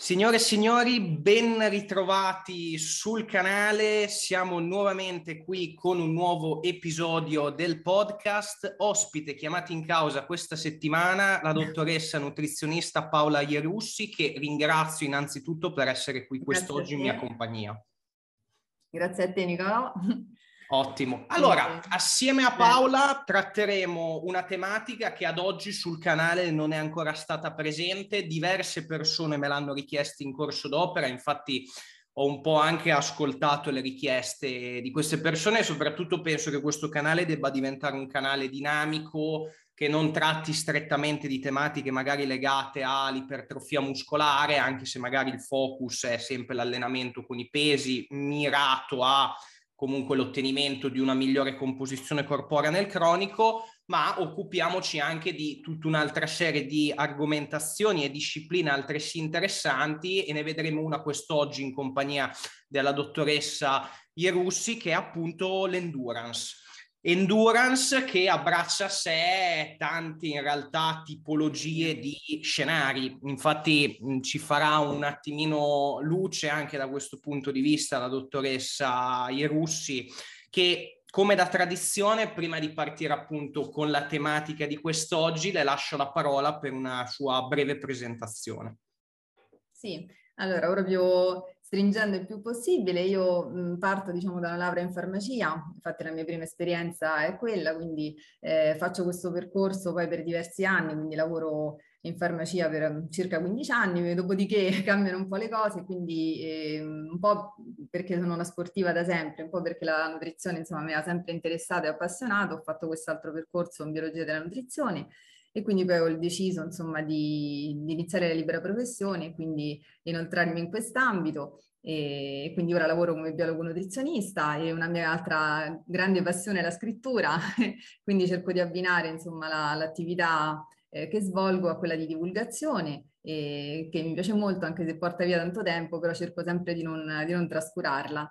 Signore e signori, ben ritrovati sul canale. Siamo nuovamente qui con un nuovo episodio del podcast. Ospite chiamata in causa questa settimana la dottoressa nutrizionista Paola Ierussi, che ringrazio innanzitutto per essere qui quest'oggi in mia compagnia. Grazie a te, Nicolò. Ottimo. Allora, assieme a Paola tratteremo una tematica che ad oggi sul canale non è ancora stata presente. Diverse persone me l'hanno richiesta in corso d'opera, infatti ho un po' anche ascoltato le richieste di queste persone e soprattutto penso che questo canale debba diventare un canale dinamico che non tratti strettamente di tematiche magari legate all'ipertrofia muscolare, anche se magari il focus è sempre l'allenamento con i pesi, mirato a comunque l'ottenimento di una migliore composizione corporea nel cronico, ma occupiamoci anche di tutta un'altra serie di argomentazioni e discipline altresì interessanti, e ne vedremo una quest'oggi in compagnia della dottoressa Ierussi, che è appunto l'endurance. Endurance che abbraccia a sé tante in realtà tipologie di scenari. Infatti ci farà un attimino luce anche da questo punto di vista la dottoressa Ierussi, che come da tradizione, prima di partire appunto con la tematica di quest'oggi, le lascio la parola per una sua breve presentazione. Sì, allora proprio stringendo il più possibile, io parto diciamo da una laurea in farmacia, infatti la mia prima esperienza è quella, quindi faccio questo percorso poi per diversi anni, quindi lavoro in farmacia per circa 15 anni, dopodiché cambiano un po' le cose, quindi un po' perché sono una sportiva da sempre, un po' perché la nutrizione insomma mi ha sempre interessato e appassionato, ho fatto quest'altro percorso in biologia della nutrizione. E quindi poi ho deciso insomma di iniziare la libera professione e quindi inoltrarmi in quest'ambito, e quindi ora lavoro come biologo nutrizionista e una mia altra grande passione è la scrittura, quindi cerco di abbinare insomma l'attività che svolgo a quella di divulgazione, che mi piace molto anche se porta via tanto tempo, però cerco sempre di non trascurarla.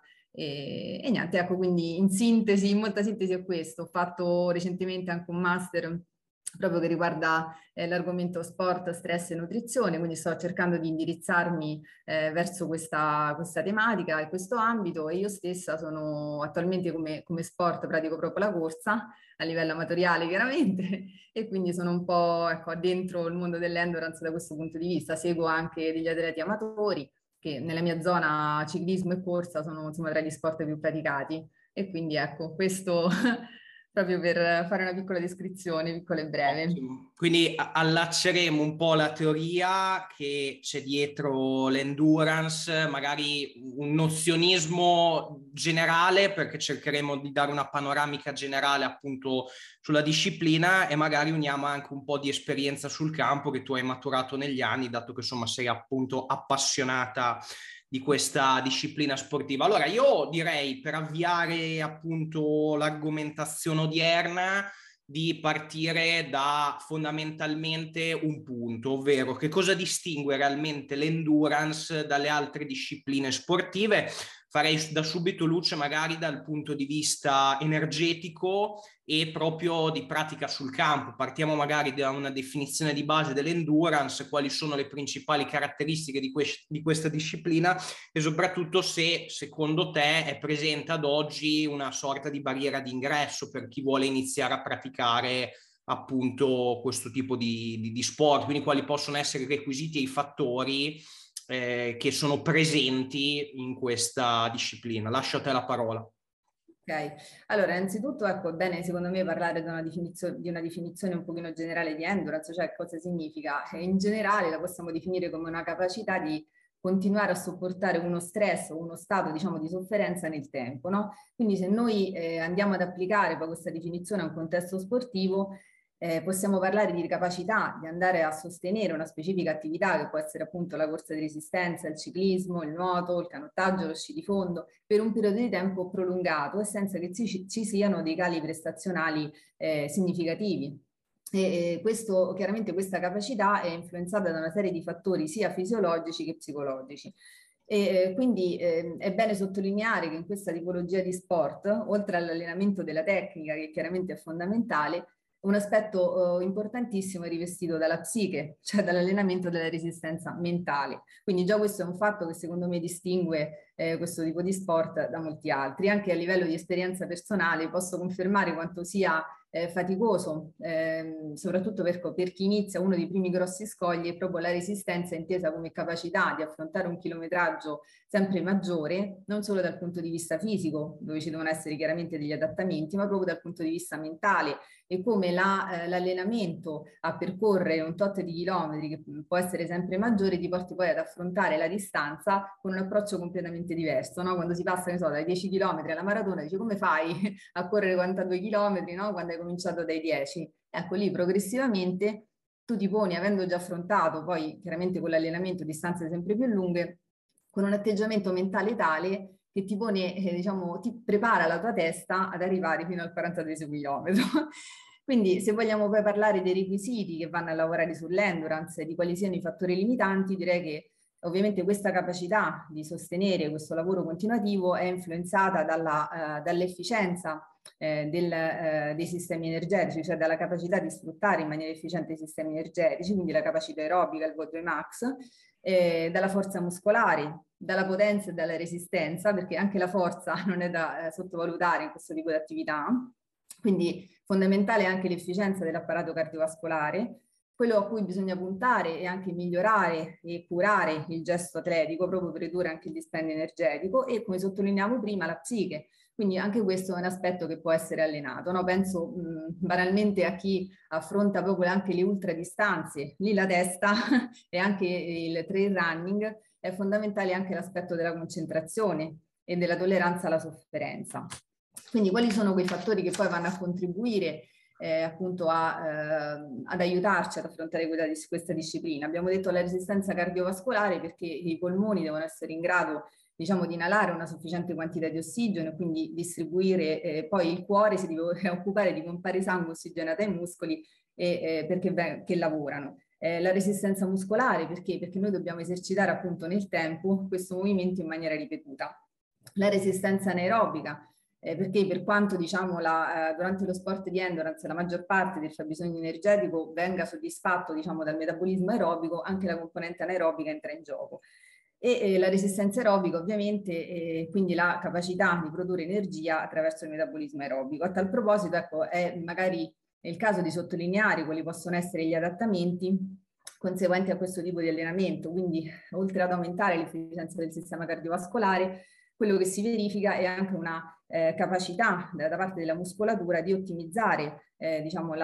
E niente, ecco, quindi in sintesi, in molta sintesi è questo. Ho fatto recentemente anche un master proprio che riguarda l'argomento sport, stress e nutrizione, quindi sto cercando di indirizzarmi verso questa tematica e questo ambito, e io stessa sono attualmente come sport pratico proprio la corsa a livello amatoriale chiaramente, e quindi sono un po' ecco, dentro il mondo dell'endurance da questo punto di vista. Seguo anche degli atleti amatori che nella mia zona ciclismo e corsa sono insomma tra gli sport più praticati, e quindi ecco questo proprio per fare una piccola descrizione, piccola e breve. Ottimo. Quindi allacceremo un po' la teoria che c'è dietro l'endurance, magari un nozionismo generale, perché cercheremo di dare una panoramica generale appunto sulla disciplina, e magari uniamo anche un po' di esperienza sul campo che tu hai maturato negli anni, dato che insomma sei appunto appassionata di questa disciplina sportiva. Allora io direi, per avviare appunto l'argomentazione odierna, di partire da fondamentalmente un punto, ovvero che cosa distingue realmente l'endurance dalle altre discipline sportive. Farei da subito luce magari dal punto di vista energetico e proprio di pratica sul campo. Partiamo magari da una definizione di base dell'endurance, quali sono le principali caratteristiche di questa disciplina, e soprattutto se secondo te è presente ad oggi una sorta di barriera d'ingresso per chi vuole iniziare a praticare appunto questo tipo di sport, quindi quali possono essere i requisiti e i fattori che sono presenti in questa disciplina. Lascio a te la parola. Ok, allora innanzitutto ecco, è bene secondo me parlare di una definizione un pochino generale di endurance, cioè cosa significa. In generale la possiamo definire come una capacità di continuare a sopportare uno stress o uno stato diciamo di sofferenza nel tempo, no? Quindi se noi andiamo ad applicare poi questa definizione a un contesto sportivo, possiamo parlare di capacità di andare a sostenere una specifica attività che può essere appunto la corsa di resistenza, il ciclismo, il nuoto, il canottaggio, lo sci di fondo, per un periodo di tempo prolungato e senza che ci siano dei cali prestazionali significativi. Chiaramente questa capacità è influenzata da una serie di fattori sia fisiologici che psicologici. Quindi è bene sottolineare che in questa tipologia di sport, oltre all'allenamento della tecnica, che chiaramente è fondamentale, un aspetto importantissimo è rivestito dalla psiche, cioè dall'allenamento della resistenza mentale. Quindi già questo è un fatto che secondo me distingue questo tipo di sport da molti altri. Anche a livello di esperienza personale posso confermare quanto sia faticoso, soprattutto per chi inizia. Uno dei primi grossi scogli è proprio la resistenza, intesa come capacità di affrontare un chilometraggio sempre maggiore, non solo dal punto di vista fisico, dove ci devono essere chiaramente degli adattamenti, ma proprio dal punto di vista mentale, e come l'allenamento a percorrere un tot di chilometri, che può essere sempre maggiore, ti porti poi ad affrontare la distanza con un approccio completamente diverso, no? Quando si passa, ne so, dai 10 km alla maratona, dici come fai a correre 42 km, no? Quando hai cominciato dai 10. Ecco, lì progressivamente tu ti poni, avendo già affrontato poi chiaramente con l'allenamento distanze sempre più lunghe, con un atteggiamento mentale tale che ti pone, diciamo, ti prepara la tua testa ad arrivare fino al 42esimo chilometro. Quindi se vogliamo poi parlare dei requisiti che vanno a lavorare sull'endurance e di quali siano i fattori limitanti, direi che ovviamente questa capacità di sostenere questo lavoro continuativo è influenzata dall'efficienza dei sistemi energetici, cioè dalla capacità di sfruttare in maniera efficiente i sistemi energetici, quindi la capacità aerobica, il VO2 max, dalla forza muscolare, dalla potenza e dalla resistenza, perché anche la forza non è da sottovalutare in questo tipo di attività. Quindi fondamentale è anche l'efficienza dell'apparato cardiovascolare. Quello a cui bisogna puntare è anche migliorare e curare il gesto atletico, proprio per ridurre anche il dispendio energetico, e, come sottolineavo prima, la psiche. Quindi anche questo è un aspetto che può essere allenato, no? Penso banalmente a chi affronta proprio anche le ultradistanze. Lì la testa e anche il trail running è fondamentale anche l'aspetto della concentrazione e della tolleranza alla sofferenza. Quindi quali sono quei fattori che poi vanno a contribuire appunto ad aiutarci ad affrontare questa disciplina? Abbiamo detto la resistenza cardiovascolare, perché i polmoni devono essere in grado, diciamo, di inalare una sufficiente quantità di ossigeno e quindi distribuire, poi il cuore si deve occupare di pompare sangue ossigenato ai muscoli che lavorano. La resistenza muscolare, perché? Perché noi dobbiamo esercitare appunto nel tempo questo movimento in maniera ripetuta. La resistenza anaerobica, perché per quanto diciamo durante lo sport di endurance la maggior parte del fabbisogno energetico venga soddisfatto diciamo dal metabolismo aerobico, anche la componente anaerobica entra in gioco. E la resistenza aerobica ovviamente, quindi la capacità di produrre energia attraverso il metabolismo aerobico. A tal proposito, ecco, è magari il caso di sottolineare quali possono essere gli adattamenti conseguenti a questo tipo di allenamento. Quindi, oltre ad aumentare l'efficienza del sistema cardiovascolare, quello che si verifica è anche una capacità da parte della muscolatura di ottimizzare diciamo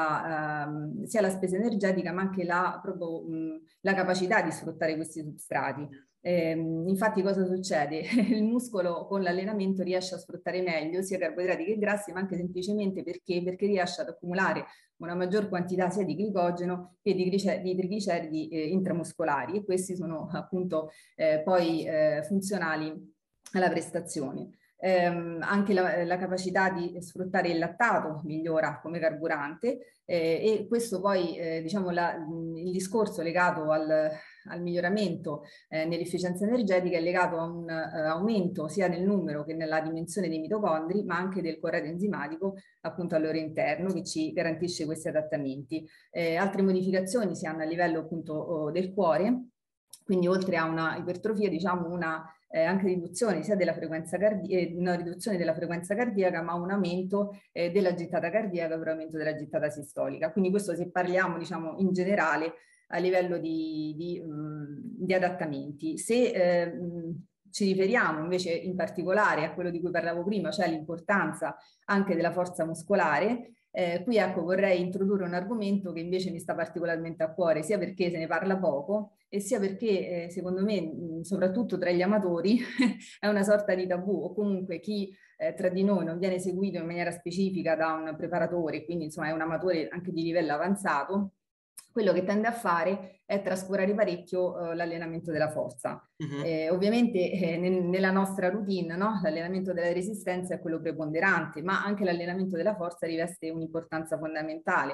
sia la spesa energetica, ma anche la capacità di sfruttare questi substrati. Infatti cosa succede? Il muscolo con l'allenamento riesce a sfruttare meglio sia carboidrati che grassi, ma anche semplicemente perché riesce ad accumulare una maggior quantità sia di glicogeno che di trigliceridi intramuscolari, e questi sono appunto poi funzionali alla prestazione. Anche la capacità di sfruttare il lattato migliora come carburante, e questo poi diciamo il discorso legato al miglioramento nell'efficienza energetica è legato a un aumento sia nel numero che nella dimensione dei mitocondri, ma anche del corredo enzimatico appunto al loro interno, che ci garantisce questi adattamenti. Altre modificazioni si hanno a livello appunto del cuore, quindi oltre a una ipertrofia diciamo anche riduzione sia della frequenza cardiaca, una riduzione della frequenza cardiaca, ma un aumento della gittata cardiaca per aumento della gittata sistolica. Quindi questo, se parliamo diciamo in generale a livello di adattamenti. Se ci riferiamo invece in particolare a quello di cui parlavo prima, cioè l'importanza anche della forza muscolare, qui ecco vorrei introdurre un argomento che invece mi sta particolarmente a cuore, sia perché se ne parla poco e sia perché secondo me, soprattutto tra gli amatori, è una sorta di tabù, o comunque chi tra di noi non viene seguito in maniera specifica da un preparatore, quindi insomma è un amatore anche di livello avanzato, quello che tende a fare è trascurare parecchio l'allenamento della forza. Ovviamente nella nostra routine, no? L'allenamento della resistenza è quello preponderante, ma anche l'allenamento della forza riveste un'importanza fondamentale,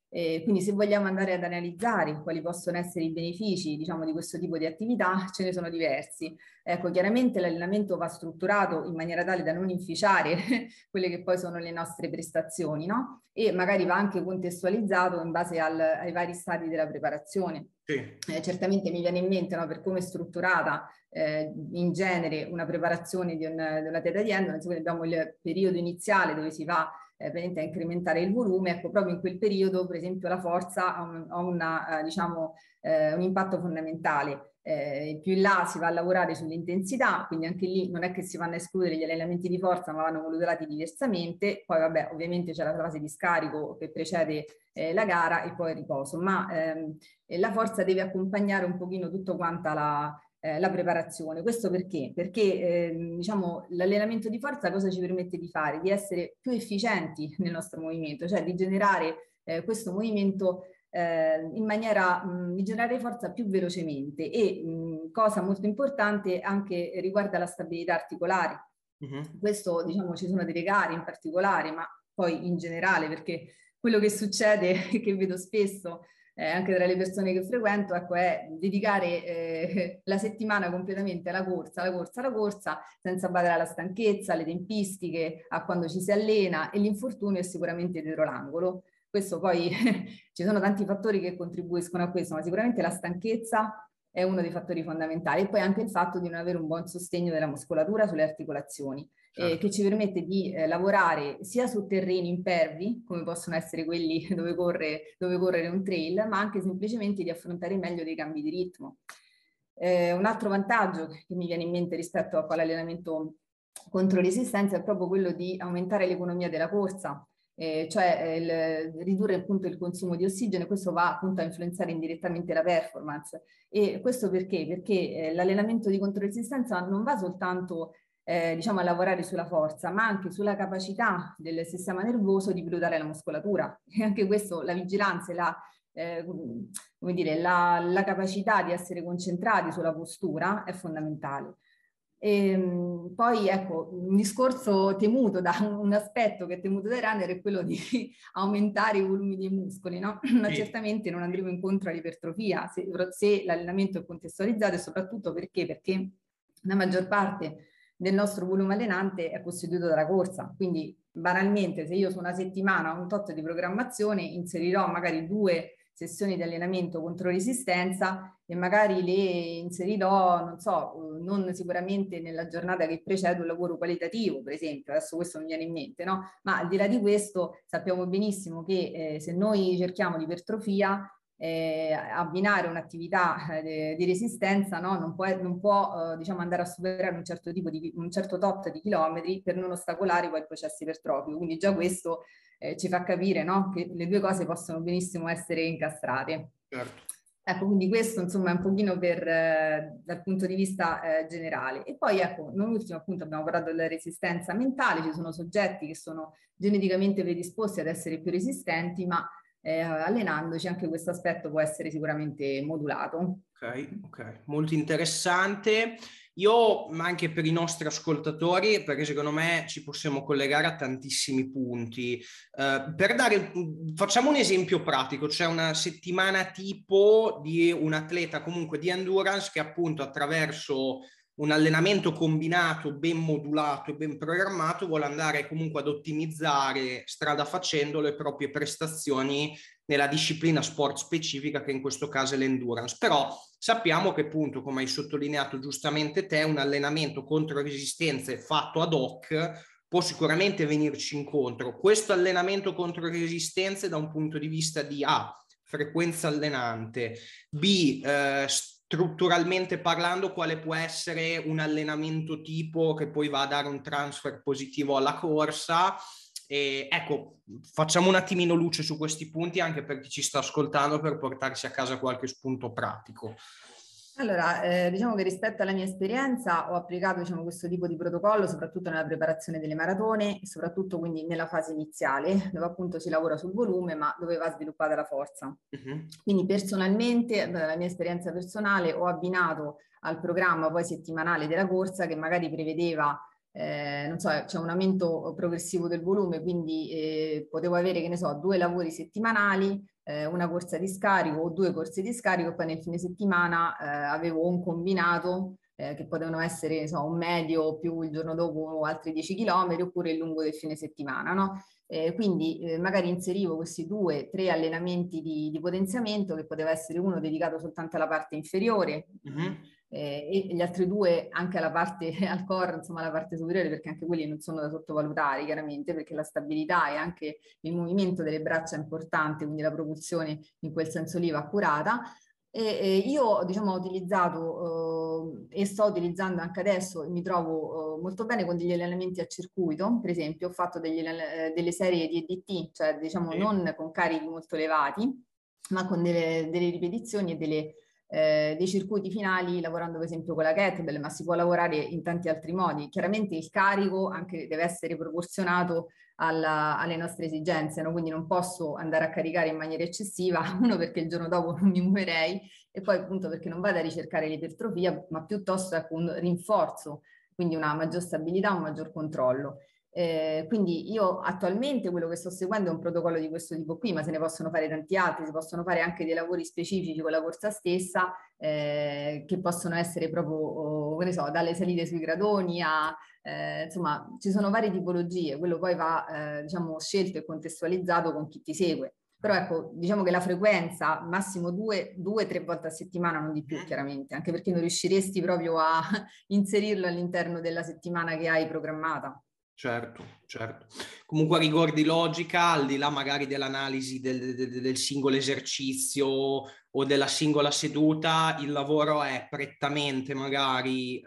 Quindi se vogliamo andare ad analizzare quali possono essere i benefici, diciamo, di questo tipo di attività, ce ne sono diversi. Ecco, chiaramente l'allenamento va strutturato in maniera tale da non inficiare quelle che poi sono le nostre prestazioni, no? E magari va anche contestualizzato in base ai vari stadi della preparazione. Sì. Certamente mi viene in mente, no, per come è strutturata in genere una preparazione di una theta di endurance, quindi abbiamo il periodo iniziale dove si va a incrementare il volume. Ecco, proprio in quel periodo, per esempio, la forza ha diciamo, un impatto fondamentale. Più in là si va a lavorare sull'intensità, quindi anche lì non è che si vanno a escludere gli allenamenti di forza, ma vanno modulati diversamente. Poi vabbè, ovviamente c'è la fase di scarico che precede la gara e poi il riposo, ma la forza deve accompagnare un pochino tutto quanta la preparazione. Questo perché? Perché diciamo, l'allenamento di forza cosa ci permette di fare? Di essere più efficienti nel nostro movimento, cioè di generare questo movimento in maniera di generare forza più velocemente e cosa molto importante anche riguarda la stabilità articolare. Questo, diciamo, ci sono delle gare in particolare, ma poi in generale, perché quello che succede, che vedo spesso anche tra le persone che frequento, ecco, è dedicare la settimana completamente alla corsa, senza badare alla stanchezza, alle tempistiche, a quando ci si allena, e l'infortunio è sicuramente dietro l'angolo. Questo poi ci sono tanti fattori che contribuiscono a questo, ma sicuramente la stanchezza è uno dei fattori fondamentali, e poi anche il fatto di non avere un buon sostegno della muscolatura sulle articolazioni, che ci permette di lavorare sia su terreni impervi, come possono essere quelli dove correre un trail, ma anche semplicemente di affrontare meglio dei cambi di ritmo. Un altro vantaggio che mi viene in mente rispetto all'allenamento contro resistenza è proprio quello di aumentare l'economia della corsa. Cioè ridurre appunto il consumo di ossigeno, e questo va appunto a influenzare indirettamente la performance. E questo perché? Perché l'allenamento di controresistenza non va soltanto diciamo a lavorare sulla forza, ma anche sulla capacità del sistema nervoso di pilotare la muscolatura. E anche questo, la vigilanza e come dire, la capacità di essere concentrati sulla postura è fondamentale. Poi ecco, un discorso temuto un aspetto che è temuto dai runner è quello di aumentare i volumi dei muscoli, no? Ma certamente non andremo incontro all'ipertrofia se l'allenamento è contestualizzato, e soprattutto perché la maggior parte del nostro volume allenante è costituito dalla corsa. Quindi banalmente, se io su una settimana ho un tot di programmazione, inserirò magari 2 sessioni di allenamento contro resistenza e magari le inserirò, non so, non sicuramente nella giornata che precede un lavoro qualitativo, per esempio. Adesso questo mi viene in mente, no? Ma al di là di questo sappiamo benissimo che se noi cerchiamo l'ipertrofia, abbinare un'attività di resistenza, no? non può diciamo andare a superare un certo tot di chilometri per non ostacolare poi il processo ipertrofico. Quindi già questo ci fa capire, no? Che le due cose possono benissimo essere incastrate. Certo. Ecco, quindi questo insomma è un pochino dal punto di vista generale. E poi ecco, non ultimo appunto abbiamo parlato della resistenza mentale, ci sono soggetti che sono geneticamente predisposti ad essere più resistenti, ma allenandoci anche questo aspetto può essere sicuramente modulato. Ok, molto interessante. Io, ma anche per i nostri ascoltatori, perché secondo me ci possiamo collegare a tantissimi punti. Facciamo un esempio pratico. C'è una settimana tipo di un atleta comunque di endurance che appunto attraverso un allenamento combinato, ben modulato e ben programmato, vuole andare comunque ad ottimizzare strada facendo le proprie prestazioni nella disciplina sport specifica, che in questo caso è l'endurance. Però sappiamo che appunto, come hai sottolineato giustamente te, un allenamento contro resistenze fatto ad hoc può sicuramente venirci incontro. Questo allenamento contro resistenze da un punto di vista di A, frequenza allenante, B, strutturalmente parlando, quale può essere un allenamento tipo che poi va a dare un transfer positivo alla corsa. Ecco, facciamo un attimino luce su questi punti anche per chi ci sta ascoltando, per portarsi a casa qualche spunto pratico. Allora, diciamo che rispetto alla mia esperienza ho applicato, diciamo, questo tipo di protocollo soprattutto nella preparazione delle maratone e soprattutto quindi nella fase iniziale, dove appunto si lavora sul volume ma dove va sviluppata la forza. Quindi personalmente, dalla mia esperienza personale, ho abbinato al programma poi settimanale della corsa, che magari prevedeva non so, c'è un aumento progressivo del volume, quindi potevo avere, che ne so, 2 lavori settimanali, una corsa di scarico o 2 corse di scarico, e poi nel fine settimana avevo un combinato che potevano essere, so, un medio più il giorno dopo altri 10 km, oppure il lungo del fine settimana, no? Quindi magari inserivo questi 2-3 allenamenti di potenziamento, che poteva essere uno dedicato soltanto alla parte inferiore, e gli altri 2 anche alla parte, al core, insomma alla parte superiore, perché anche quelli non sono da sottovalutare chiaramente, perché la stabilità e anche il movimento delle braccia è importante, quindi la propulsione in quel senso lì va curata. Io, diciamo, ho utilizzato e sto utilizzando anche adesso, e mi trovo molto bene con degli allenamenti a circuito. Per esempio ho fatto delle serie di EDT, cioè diciamo non con carichi molto elevati, ma con delle ripetizioni e dei circuiti finali, lavorando per esempio con la kettlebell, ma si può lavorare in tanti altri modi. Chiaramente il carico anche deve essere proporzionato alle nostre esigenze, no? Quindi non posso andare a caricare in maniera eccessiva, uno perché il giorno dopo non mi muoverei, e poi appunto perché non vado a ricercare l'ipertrofia, ma piuttosto ecco, un rinforzo, quindi una maggior stabilità, un maggior controllo. Quindi io attualmente quello che sto seguendo è un protocollo di questo tipo qui, ma se ne possono fare tanti altri, si possono fare anche dei lavori specifici con la corsa stessa, che possono essere proprio, che ne so, dalle salite sui gradoni a, insomma, ci sono varie tipologie, quello poi va, diciamo, scelto e contestualizzato con chi ti segue. Però ecco, diciamo che la frequenza, massimo 2-3 volte a settimana, non di più chiaramente, anche perché non riusciresti proprio a inserirlo all'interno della settimana che hai programmata. Certo, certo. Comunque a rigor di logica, al di là magari dell'analisi del singolo esercizio o della singola seduta, il lavoro è prettamente magari,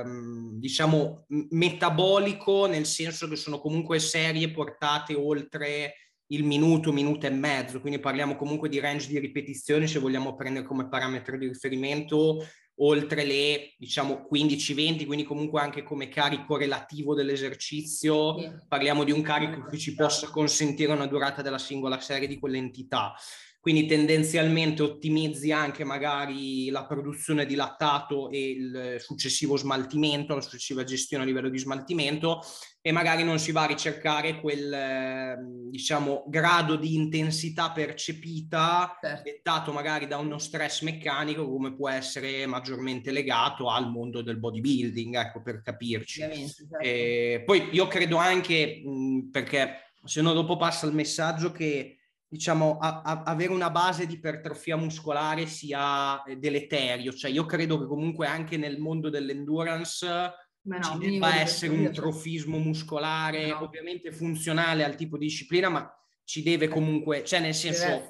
diciamo, metabolico, nel senso che sono comunque serie portate oltre il minuto, minuto e mezzo, quindi parliamo comunque di range di ripetizioni, se vogliamo prendere come parametro di riferimento oltre le, diciamo, 15-20, quindi comunque anche come carico relativo dell'esercizio, sì, parliamo di un carico che ci possa consentire una durata della singola serie di quell'entità. Quindi tendenzialmente ottimizzi anche magari la produzione di lattato e il successivo smaltimento, la successiva gestione a livello di smaltimento, e magari non si va a ricercare quel, diciamo, grado di intensità percepita, certo, dettato magari da uno stress meccanico, come può essere maggiormente legato al mondo del bodybuilding, ecco, per capirci. Certo. Poi io credo anche, perché se no dopo passa il messaggio che, diciamo, avere una base di ipertrofia muscolare sia deleterio, cioè io credo che comunque anche nel mondo dell'endurance ci debba essere un trofismo muscolare, ovviamente funzionale al tipo di disciplina, ma ci deve comunque, cioè nel senso,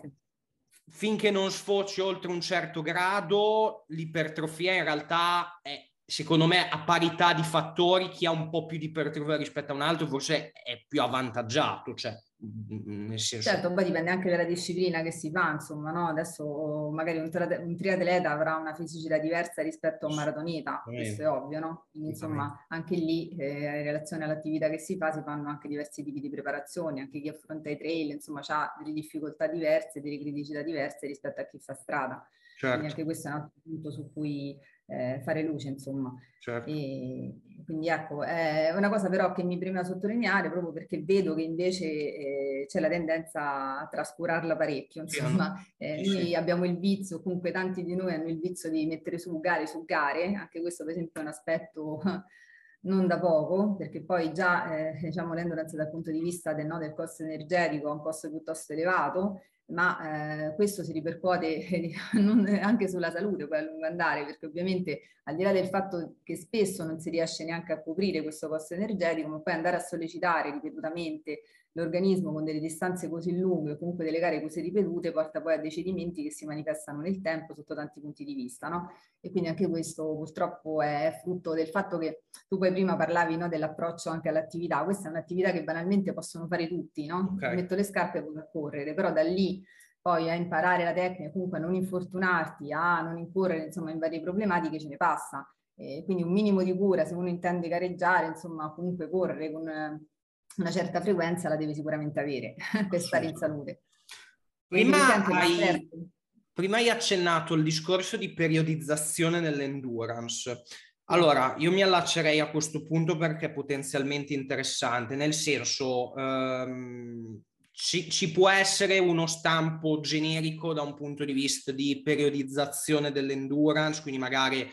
finché non sfoci oltre un certo grado, l'ipertrofia in realtà è, secondo me, a parità di fattori, chi ha un po' più di ipertrofia rispetto a un altro forse è più avvantaggiato, cioè nel senso... Certo, poi dipende anche dalla disciplina che si fa, insomma, no? Adesso magari un triatleta avrà una fisicità diversa rispetto a un maratoneta, questo è ovvio, no? Quindi insomma anche lì in relazione all'attività che si fa si fanno anche diversi tipi di preparazioni, anche chi affronta i trail insomma ha delle difficoltà diverse, delle criticità diverse rispetto a chi fa strada. Certo. Quindi anche questo è un altro punto su cui fare luce, insomma. Certo. E quindi ecco, è una cosa però che mi preme sottolineare, proprio perché vedo che invece c'è la tendenza a trascurarla parecchio, insomma. Noi abbiamo il vizio, comunque tanti di noi hanno il vizio di mettere su gare, anche questo per esempio è un aspetto non da poco, perché poi già diciamo l'endurance dal punto di vista del costo energetico ha un costo piuttosto elevato, ma questo si ripercuote anche sulla salute poi a lungo andare, perché ovviamente al di là del fatto che spesso non si riesce neanche a coprire questo costo energetico, ma poi andare a sollecitare ripetutamente l'organismo con delle distanze così lunghe o comunque delle gare così ripetute porta poi a dei cedimenti che si manifestano nel tempo sotto tanti punti di vista, no? E quindi anche questo purtroppo è frutto del fatto che tu poi prima parlavi, no, dell'approccio anche all'attività. Questa è un'attività che banalmente possono fare tutti, no? Okay. Metto le scarpe e vado a correre, però da lì poi a imparare la tecnica, comunque a non infortunarti, a non incorrere insomma in varie problematiche ce ne passa. Quindi un minimo di cura, se uno intende gareggiare, insomma comunque correre con una certa frequenza la deve sicuramente avere per stare in salute. Prima hai accennato il discorso di periodizzazione nell'endurance. Allora, io mi allaccerei a questo punto perché è potenzialmente interessante, nel senso ci può essere uno stampo generico da un punto di vista di periodizzazione dell'endurance, quindi magari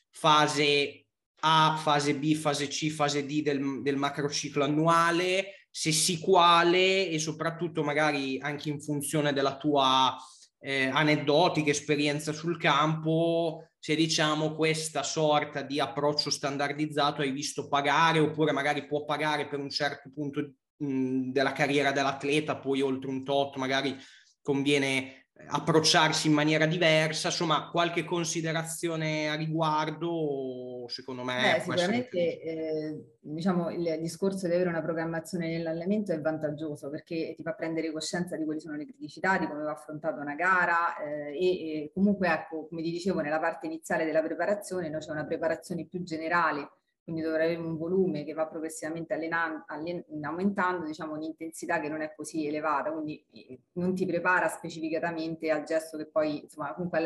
fase A, fase B, fase C, fase D del macrociclo annuale, se sì quale, e soprattutto magari anche in funzione della tua aneddotica esperienza sul campo, se diciamo questa sorta di approccio standardizzato hai visto pagare, oppure magari può pagare per un certo punto della carriera dell'atleta, poi oltre un tot magari conviene approcciarsi in maniera diversa. Insomma, qualche considerazione a riguardo secondo me può essere utile. Sicuramente diciamo, il discorso di avere una programmazione nell'allenamento è vantaggioso perché ti fa prendere coscienza di quali sono le criticità, di come va affrontata una gara e comunque ecco, come ti dicevo, nella parte iniziale della preparazione no, c'è una preparazione più generale, quindi dovrai avere un volume che va progressivamente aumentando, diciamo, un'intensità che non è così elevata, quindi non ti prepara specificatamente al gesto che poi, insomma, comunque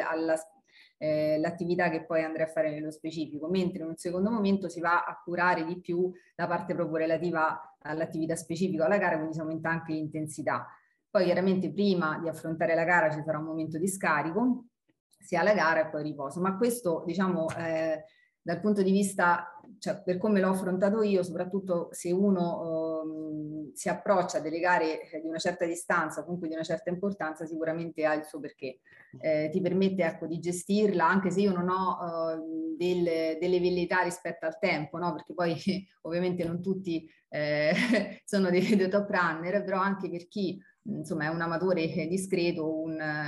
l'attività che poi andrei a fare nello specifico, mentre in un secondo momento si va a curare di più la parte proprio relativa all'attività specifica alla gara, quindi si aumenta anche l'intensità. Poi chiaramente prima di affrontare la gara ci sarà un momento di scarico, sia la gara e poi riposo, ma questo diciamo dal punto di vista, cioè per come l'ho affrontato io, soprattutto se uno si approccia a delle gare di una certa distanza, comunque di una certa importanza, sicuramente ha il suo perché. Ti permette ecco, di gestirla, anche se io non ho delle velleità rispetto al tempo, no? Perché poi ovviamente non tutti sono dei top runner, però anche per chi insomma è un amatore discreto,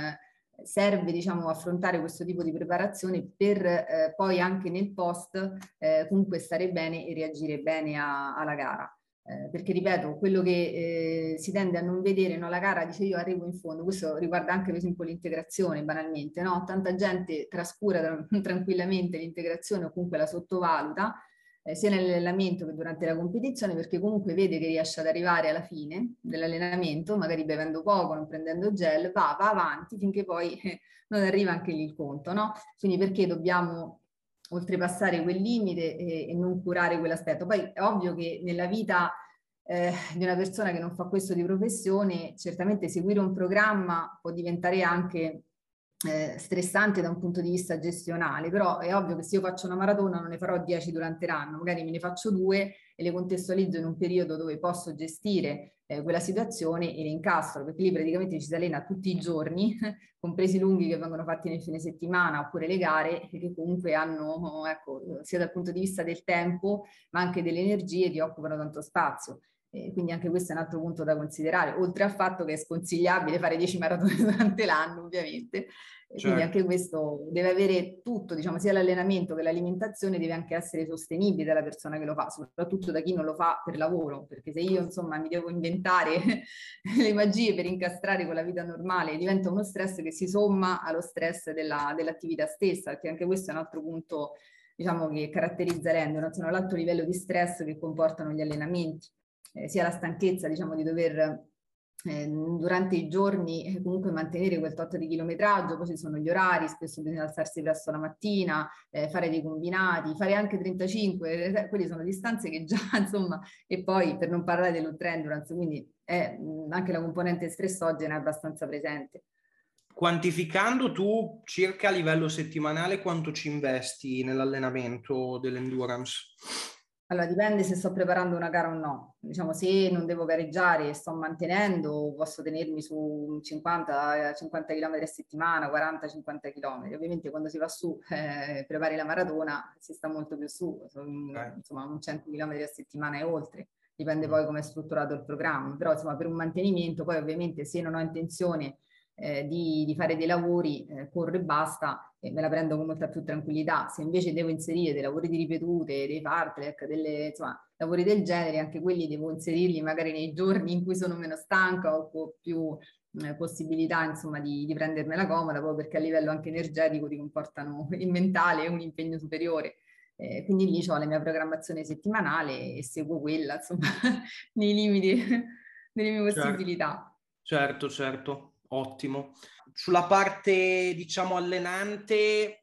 serve diciamo affrontare questo tipo di preparazione per poi anche nel post comunque stare bene e reagire bene alla gara. Perché ripeto, quello che si tende a non vedere, no? La gara dice io arrivo in fondo, questo riguarda anche per esempio l'integrazione banalmente, no? Tanta gente trascura tranquillamente l'integrazione o comunque la sottovaluta, sia nell'allenamento che durante la competizione, perché comunque vede che riesce ad arrivare alla fine dell'allenamento, magari bevendo poco, non prendendo gel, va avanti finché poi non arriva anche lì il conto, no? Quindi perché dobbiamo oltrepassare quel limite e non curare quell'aspetto? Poi è ovvio che nella vita di una persona che non fa questo di professione, certamente seguire un programma può diventare anche stressante da un punto di vista gestionale, però è ovvio che se io faccio una maratona non ne farò 10 durante l'anno, magari me ne faccio 2 e le contestualizzo in un periodo dove posso gestire quella situazione e le incastro, perché lì praticamente ci si allena tutti i giorni, compresi i lunghi che vengono fatti nel fine settimana oppure le gare, che comunque hanno, ecco, sia dal punto di vista del tempo, ma anche delle energie che occupano tanto spazio. Quindi anche questo è un altro punto da considerare, oltre al fatto che è sconsigliabile fare 10 maratone durante l'anno, ovviamente. Quindi Certo. anche questo deve avere tutto, diciamo, sia l'allenamento che l'alimentazione deve anche essere sostenibile dalla persona che lo fa, soprattutto da chi non lo fa per lavoro, perché se io insomma mi devo inventare le magie per incastrare con la vita normale, diventa uno stress che si somma allo stress dell'attività stessa, perché anche questo è un altro punto, diciamo, che caratterizza l'endurance, l'alto livello di stress che comportano gli allenamenti. Sia la stanchezza, diciamo, di dover durante i giorni comunque mantenere quel tot di chilometraggio, poi ci sono gli orari, spesso bisogna alzarsi presto la mattina, fare dei combinati, fare anche 35, quelle sono distanze che già insomma, e poi per non parlare dell'ultra endurance, quindi anche la componente stressogena è abbastanza presente. Quantificando tu circa a livello settimanale quanto ci investi nell'allenamento dell'endurance? Allora, dipende se sto preparando una gara o no. Diciamo, se non devo gareggiare e sto mantenendo, posso tenermi su 50 km a settimana, 40-50 km. Ovviamente quando si va su, prepari la maratona, si sta molto più su, insomma, un 100 km a settimana e oltre. Dipende poi come è strutturato il programma. Però, insomma, per un mantenimento, poi ovviamente se non ho intenzione di fare dei lavori, corro e basta, e me la prendo con molta più tranquillità. Se invece devo inserire dei lavori di ripetute, dei fartlek, insomma, lavori del genere, anche quelli devo inserirli magari nei giorni in cui sono meno stanca o ho più possibilità, insomma, di prendermela comoda, proprio perché a livello anche energetico ti comportano il mentale un impegno superiore. Quindi lì ho la mia programmazione settimanale e seguo quella, insomma, nei limiti delle mie Certo, possibilità. certo, certo. Ottimo. Sulla parte, diciamo, allenante,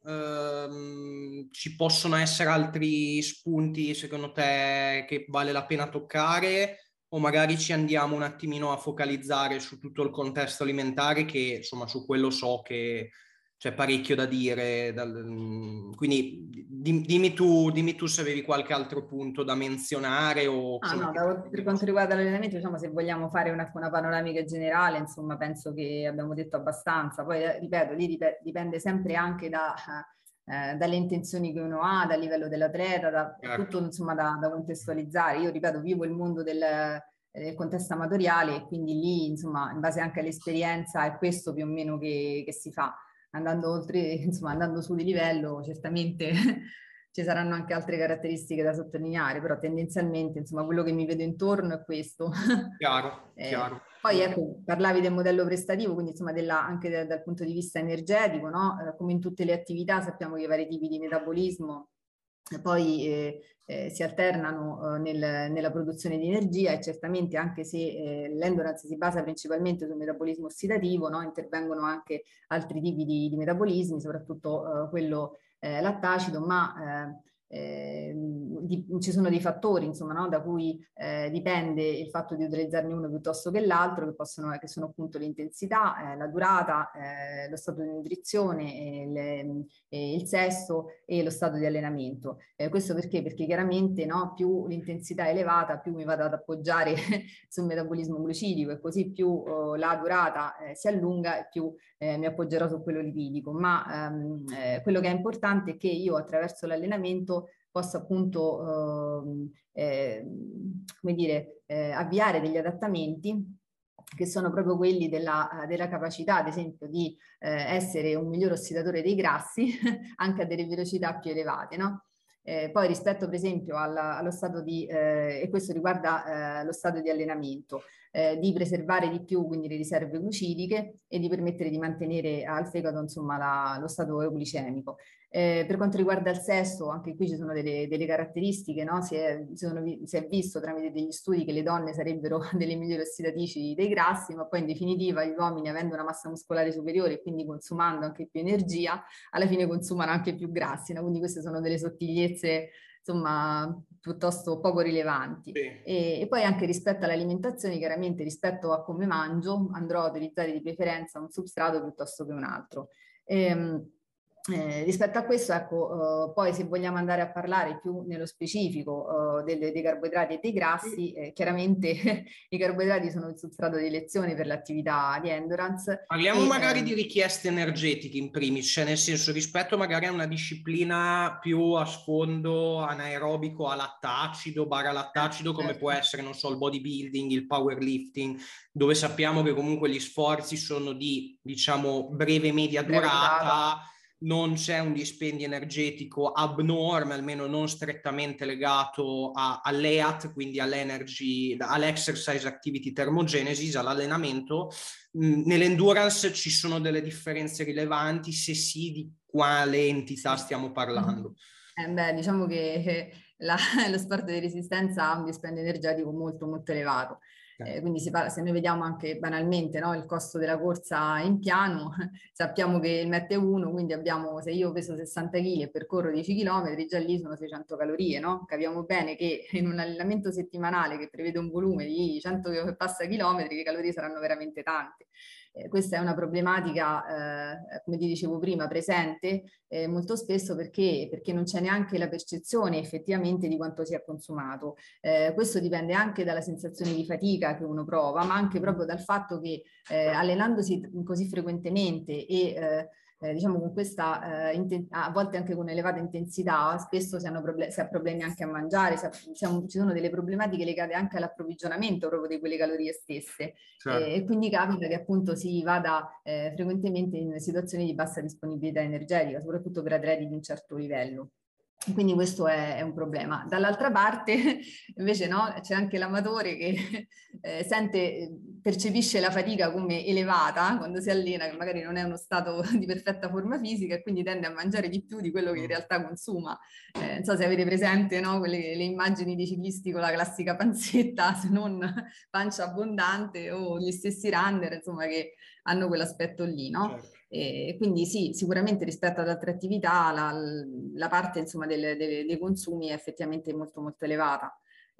ci possono essere altri spunti, secondo te, che vale la pena toccare? O magari ci andiamo un attimino a focalizzare su tutto il contesto alimentare, che insomma su quello so che c'è parecchio da dire. Quindi dimmi tu se avevi qualche altro punto da menzionare o Ah, insomma, no, per quanto riguarda l'allenamento, diciamo, se vogliamo fare una panoramica generale, insomma, penso che abbiamo detto abbastanza. Poi, ripeto, lì dipende sempre anche dalle intenzioni che uno ha, dal livello dell'atleta, è tutto, insomma, da contestualizzare. Io, ripeto, vivo il mondo del contesto amatoriale e quindi lì, insomma, in base anche all'esperienza, è questo più o meno che si fa. Andando oltre, insomma, andando su di livello, certamente ci saranno anche altre caratteristiche da sottolineare, però tendenzialmente, insomma, quello che mi vedo intorno è questo. chiaro, chiaro. Poi ecco, parlavi del modello prestativo, quindi insomma anche dal punto di vista energetico, no? Come in tutte le attività sappiamo che i vari tipi di metabolismo poi si alternano nella produzione di energia e certamente anche se l'endurance si basa principalmente sul metabolismo ossidativo, no? Intervengono anche altri tipi di metabolismi, soprattutto quello lattacido, ma ci sono dei fattori insomma, no? Da cui dipende il fatto di utilizzarne uno piuttosto che l'altro, che sono appunto l'intensità, la durata, lo stato di nutrizione, il sesso e lo stato di allenamento. Questo perché? Perché chiaramente no, più l'intensità è elevata, più mi vado ad appoggiare sul metabolismo glucidico e così più la durata si allunga e più mi appoggerò su quello lipidico. Ma quello che è importante è che io attraverso l'allenamento possa appunto come dire, avviare degli adattamenti che sono proprio quelli della capacità, ad esempio, di essere un miglior ossidatore dei grassi anche a delle velocità più elevate, no? Poi rispetto per esempio allo stato e questo riguarda lo stato di allenamento, di preservare di più quindi le riserve glucidiche e di permettere di mantenere al fegato insomma lo stato euglicemico. Per quanto riguarda il sesso, anche qui ci sono delle caratteristiche, no? Si è visto tramite degli studi che le donne sarebbero delle migliori ossidatrici dei grassi, ma poi in definitiva gli uomini, avendo una massa muscolare superiore e quindi consumando anche più energia, alla fine consumano anche più grassi, no? Quindi queste sono delle sottigliezze insomma piuttosto poco rilevanti. Sì. E poi anche rispetto all'alimentazione, chiaramente rispetto a come mangio, andrò a utilizzare di preferenza un substrato piuttosto che un altro. Rispetto a questo, ecco, poi se vogliamo andare a parlare più nello specifico dei carboidrati e dei grassi, chiaramente i carboidrati sono il substrato di elezione per l'attività di endurance. Parliamo magari di richieste energetiche in primis, cioè nel senso rispetto magari a una disciplina più a sfondo anaerobico a lattacido, lattacido, come certo. può essere, non so, il bodybuilding, il powerlifting, dove sappiamo che comunque gli sforzi sono di, diciamo, breve media durata, non c'è un dispendio energetico abnorme, almeno non strettamente legato all'EAT, quindi all'exercise activity thermogenesis, all'allenamento. Nell'endurance ci sono delle differenze rilevanti, se sì, di quale entità stiamo parlando? Beh, diciamo che lo sport di resistenza ha un dispendio energetico molto molto elevato. Quindi se noi vediamo anche banalmente no, il costo della corsa in piano, sappiamo che il MET è 1, quindi se io peso 60 kg e percorro 10 km, già lì sono 600 calorie, no? Capiamo bene che in un allenamento settimanale che prevede un volume di 100 e passa chilometri, le calorie saranno veramente tante. Questa è una problematica, come ti dicevo prima, presente molto spesso perché non c'è neanche la percezione effettivamente di quanto si è consumato. Questo dipende anche dalla sensazione di fatica che uno prova, ma anche proprio dal fatto che allenandosi così frequentemente e diciamo con questa a volte anche con elevata intensità, spesso si ha problemi anche a mangiare, ci sono delle problematiche legate anche all'approvvigionamento proprio di quelle calorie stesse. Certo. E quindi capita che appunto si vada frequentemente in situazioni di bassa disponibilità energetica, soprattutto per atleti di un certo livello. Quindi questo è un problema. Dall'altra parte invece no, c'è anche l'amatore che percepisce la fatica come elevata quando si allena, che magari non è uno stato di perfetta forma fisica e quindi tende a mangiare di più di quello che in realtà consuma. Non so se avete presente no, le immagini dei ciclisti con la classica panzetta, se non pancia abbondante, o gli stessi runner, insomma, che hanno quell'aspetto lì, no? Certo. E quindi sì, sicuramente rispetto ad altre attività la parte insomma dei consumi è effettivamente molto molto elevata.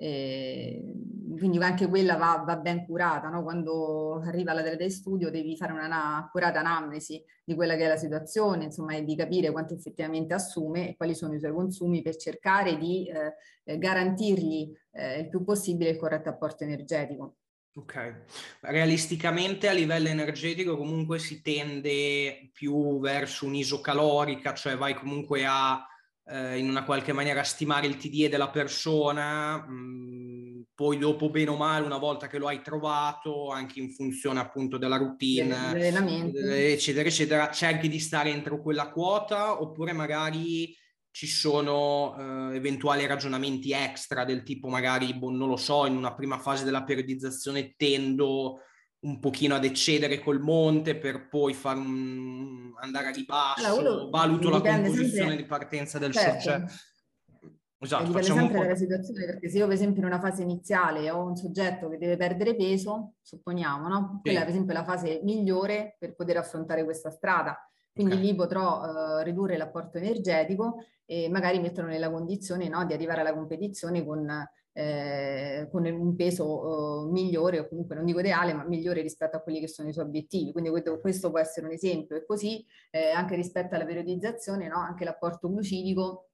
Quindi anche quella va ben curata, no? Quando arriva l'atleta di studio devi fare una accurata anamnesi di quella che è la situazione, insomma, e di capire quanto effettivamente assume e quali sono i suoi consumi per cercare di garantirgli il più possibile il corretto apporto energetico. Ok, realisticamente a livello energetico comunque si tende più verso un'isocalorica, cioè vai comunque a in una qualche maniera stimare il TDE della persona, poi dopo bene o male una volta che lo hai trovato, anche in funzione appunto della routine, Dell'allenamento. eccetera, eccetera, cerchi di stare entro quella quota oppure magari ci sono eventuali ragionamenti extra del tipo magari, non lo so, in una prima fase della periodizzazione tendo un pochino ad eccedere col monte per poi andare a Allora, ribasso, quello valuto la dipende composizione di sempre, partenza del soggetto. certo, Esatto, dipende facciamo un sempre po'. dalla situazione, perché se io per esempio in una fase iniziale ho un soggetto che deve perdere peso, supponiamo, no? Quella per Sì, esempio è la fase migliore per poter affrontare questa strada. ok, Quindi lì potrò ridurre l'apporto energetico e magari metterlo nella condizione, no, di arrivare alla competizione con un peso migliore, o comunque non dico ideale, ma migliore rispetto a quelli che sono i suoi obiettivi. Quindi questo può essere un esempio. E così anche rispetto alla periodizzazione, no, anche l'apporto glucidico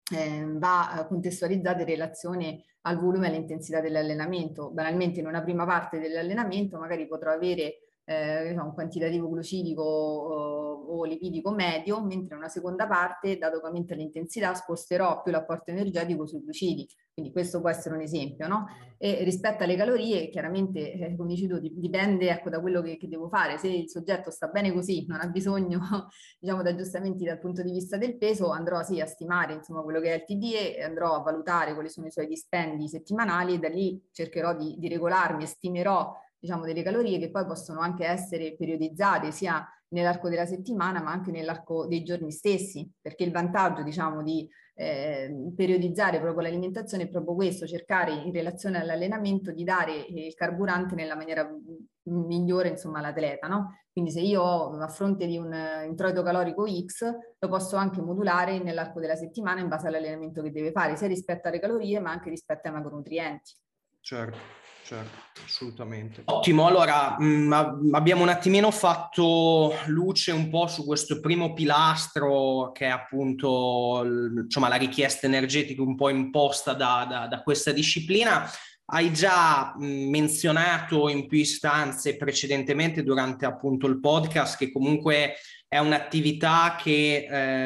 va contestualizzato in relazione al volume e all'intensità dell'allenamento. Banalmente in una prima parte dell'allenamento magari potrò avere un quantitativo glucidico o lipidico medio, mentre in una seconda parte, dato che aumenta l'intensità, sposterò più l'apporto energetico sui glucidi. Quindi questo può essere un esempio, no? E rispetto alle calorie, chiaramente, come dici tu, dipende ecco, da quello che devo fare. Se il soggetto sta bene così, non ha bisogno diciamo, di aggiustamenti dal punto di vista del peso, andrò sì a stimare insomma, quello che è il TDE, andrò a valutare quali sono i suoi dispendi settimanali e da lì cercherò di regolarmi e stimerò diciamo, delle calorie che poi possono anche essere periodizzate sia nell'arco della settimana ma anche nell'arco dei giorni stessi, perché il vantaggio diciamo di periodizzare proprio l'alimentazione è proprio questo, cercare in relazione all'allenamento di dare il carburante nella maniera migliore insomma all'atleta, no? Quindi se io ho a fronte di un introito calorico X, lo posso anche modulare nell'arco della settimana in base all'allenamento che deve fare, sia rispetto alle calorie ma anche rispetto ai macronutrienti. certo, certo, assolutamente. Ottimo, allora abbiamo un attimino fatto luce un po' su questo primo pilastro che è appunto insomma, la richiesta energetica un po' imposta da questa disciplina. Hai già menzionato in più istanze precedentemente durante appunto il podcast che comunque è un'attività che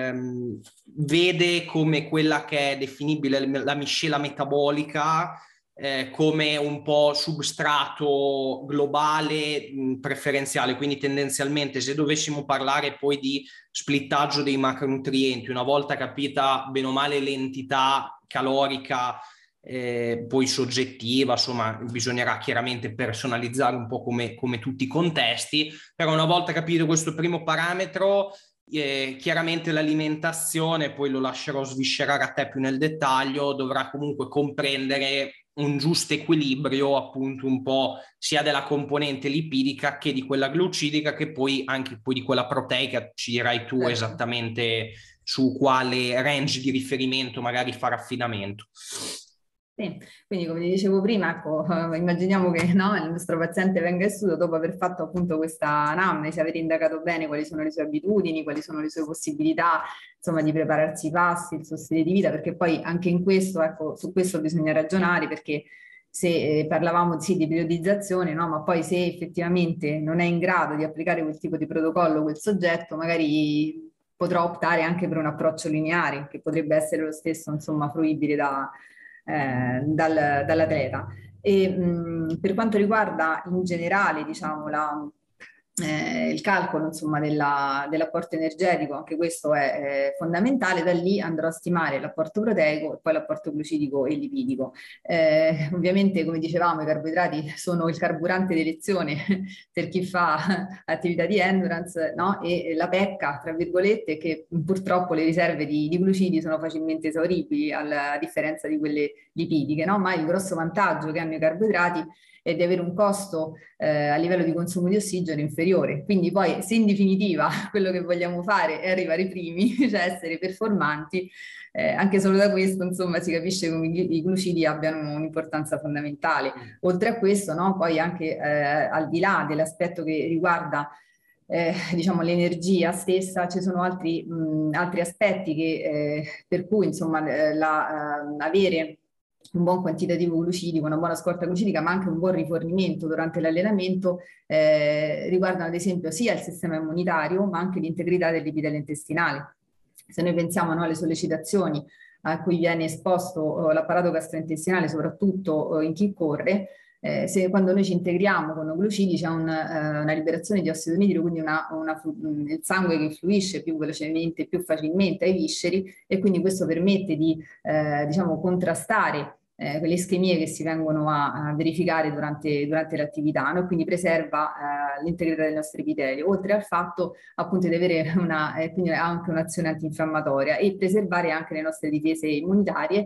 vede come quella che è definibile la miscela metabolica come un po' substrato globale preferenziale, quindi tendenzialmente se dovessimo parlare poi di splittaggio dei macronutrienti, una volta capita bene o male l'entità calorica poi soggettiva, insomma bisognerà chiaramente personalizzare un po' come tutti i contesti, però una volta capito questo primo parametro chiaramente l'alimentazione, poi lo lascerò sviscerare a te più nel dettaglio, dovrà comunque comprendere un giusto equilibrio appunto un po' sia della componente lipidica che di quella glucidica che poi anche poi di quella proteica, ci dirai tu Certo. esattamente su quale range di riferimento magari fare affidamento. Sì, quindi come ti dicevo prima, ecco, immaginiamo che no, il nostro paziente venga in studio dopo aver fatto appunto questa anamnesi, aver indagato bene quali sono le sue abitudini, quali sono le sue possibilità, insomma, di prepararsi i pasti, il suo stile di vita, perché poi anche in questo, ecco, su questo bisogna ragionare, perché se parlavamo sì, di periodizzazione, no, ma poi se effettivamente non è in grado di applicare quel tipo di protocollo quel soggetto, magari potrà optare anche per un approccio lineare, che potrebbe essere lo stesso, insomma, fruibile dall'atleta. E per quanto riguarda in generale, diciamo, il calcolo insomma, dell'apporto energetico, anche questo è fondamentale, da lì andrò a stimare l'apporto proteico e poi l'apporto glucidico e lipidico. Ovviamente, come dicevamo, i carboidrati sono il carburante d'elezione per chi fa attività di endurance, no? E la pecca, tra virgolette, che purtroppo le riserve di glucidi sono facilmente esauribili, a differenza di quelle lipidiche, no? Ma il grosso vantaggio che hanno i carboidrati è di avere un costo a livello di consumo di ossigeno inferiore superiore. Quindi poi se in definitiva quello che vogliamo fare è arrivare primi, cioè essere performanti, anche solo da questo insomma si capisce come i glucidi abbiano un'importanza fondamentale. Oltre a questo, no, poi anche al di là dell'aspetto che riguarda diciamo l'energia stessa, ci sono altri aspetti che, per cui insomma avere un buon quantitativo glucidico, una buona scorta glucidica, ma anche un buon rifornimento durante l'allenamento, riguardano ad esempio sia il sistema immunitario, ma anche l'integrità dell'epitelio intestinale. Se noi pensiamo, no, alle sollecitazioni a cui viene esposto l'apparato gastrointestinale, soprattutto in chi corre, quando noi ci integriamo con glucidi c'è una liberazione di ossido nitrico, quindi il sangue che fluisce più velocemente, più facilmente ai visceri, e quindi questo permette di diciamo, contrastare quelle ischemie che si vengono a verificare durante l'attività, no? Quindi preserva l'integrità del nostro epitelio, oltre al fatto appunto di avere quindi anche un'azione antinfiammatoria e preservare anche le nostre difese immunitarie.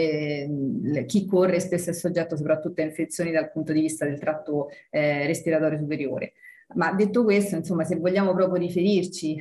Chi corre spesso è soggetto soprattutto a infezioni dal punto di vista del tratto respiratorio superiore. Ma detto questo, insomma, se vogliamo proprio riferirci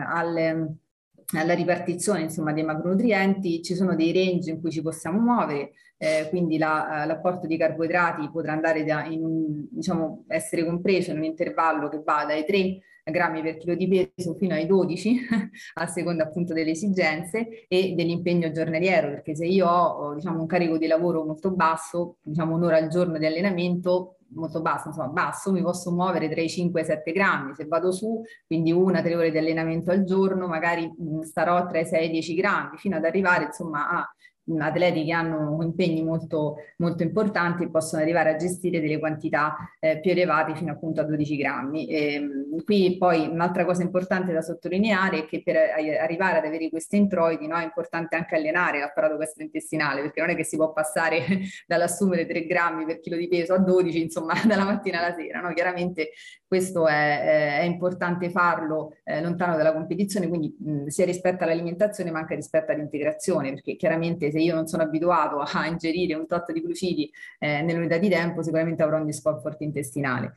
alla ripartizione insomma, dei macronutrienti, ci sono dei range in cui ci possiamo muovere, quindi l'apporto di carboidrati potrà andare diciamo, essere compreso in un intervallo che va dai 3 grammi per chilo di peso fino ai 12 a seconda appunto delle esigenze e dell'impegno giornaliero, perché se io ho diciamo, un carico di lavoro molto basso, diciamo un'ora al giorno di allenamento molto basso, insomma basso, mi posso muovere tra i 5 e i 7 grammi. Se vado su, quindi 1-3 ore di allenamento al giorno, magari starò tra i 6 e i 10 grammi, fino ad arrivare insomma a atleti che hanno impegni molto, molto importanti e possono arrivare a gestire delle quantità più elevate fino appunto a 12 grammi. Qui poi un'altra cosa importante da sottolineare è che per arrivare ad avere questi introiti, no, è importante anche allenare l'apparato gastrointestinale, perché non è che si può passare dall'assumere 3 grammi per chilo di peso a 12, insomma, dalla mattina alla sera, no? Chiaramente questo è importante farlo lontano dalla competizione, quindi sia rispetto all'alimentazione ma anche rispetto all'integrazione, perché chiaramente se io non sono abituato a ingerire un tot di glucidi nell'unità di tempo, sicuramente avrò un discomfort intestinale.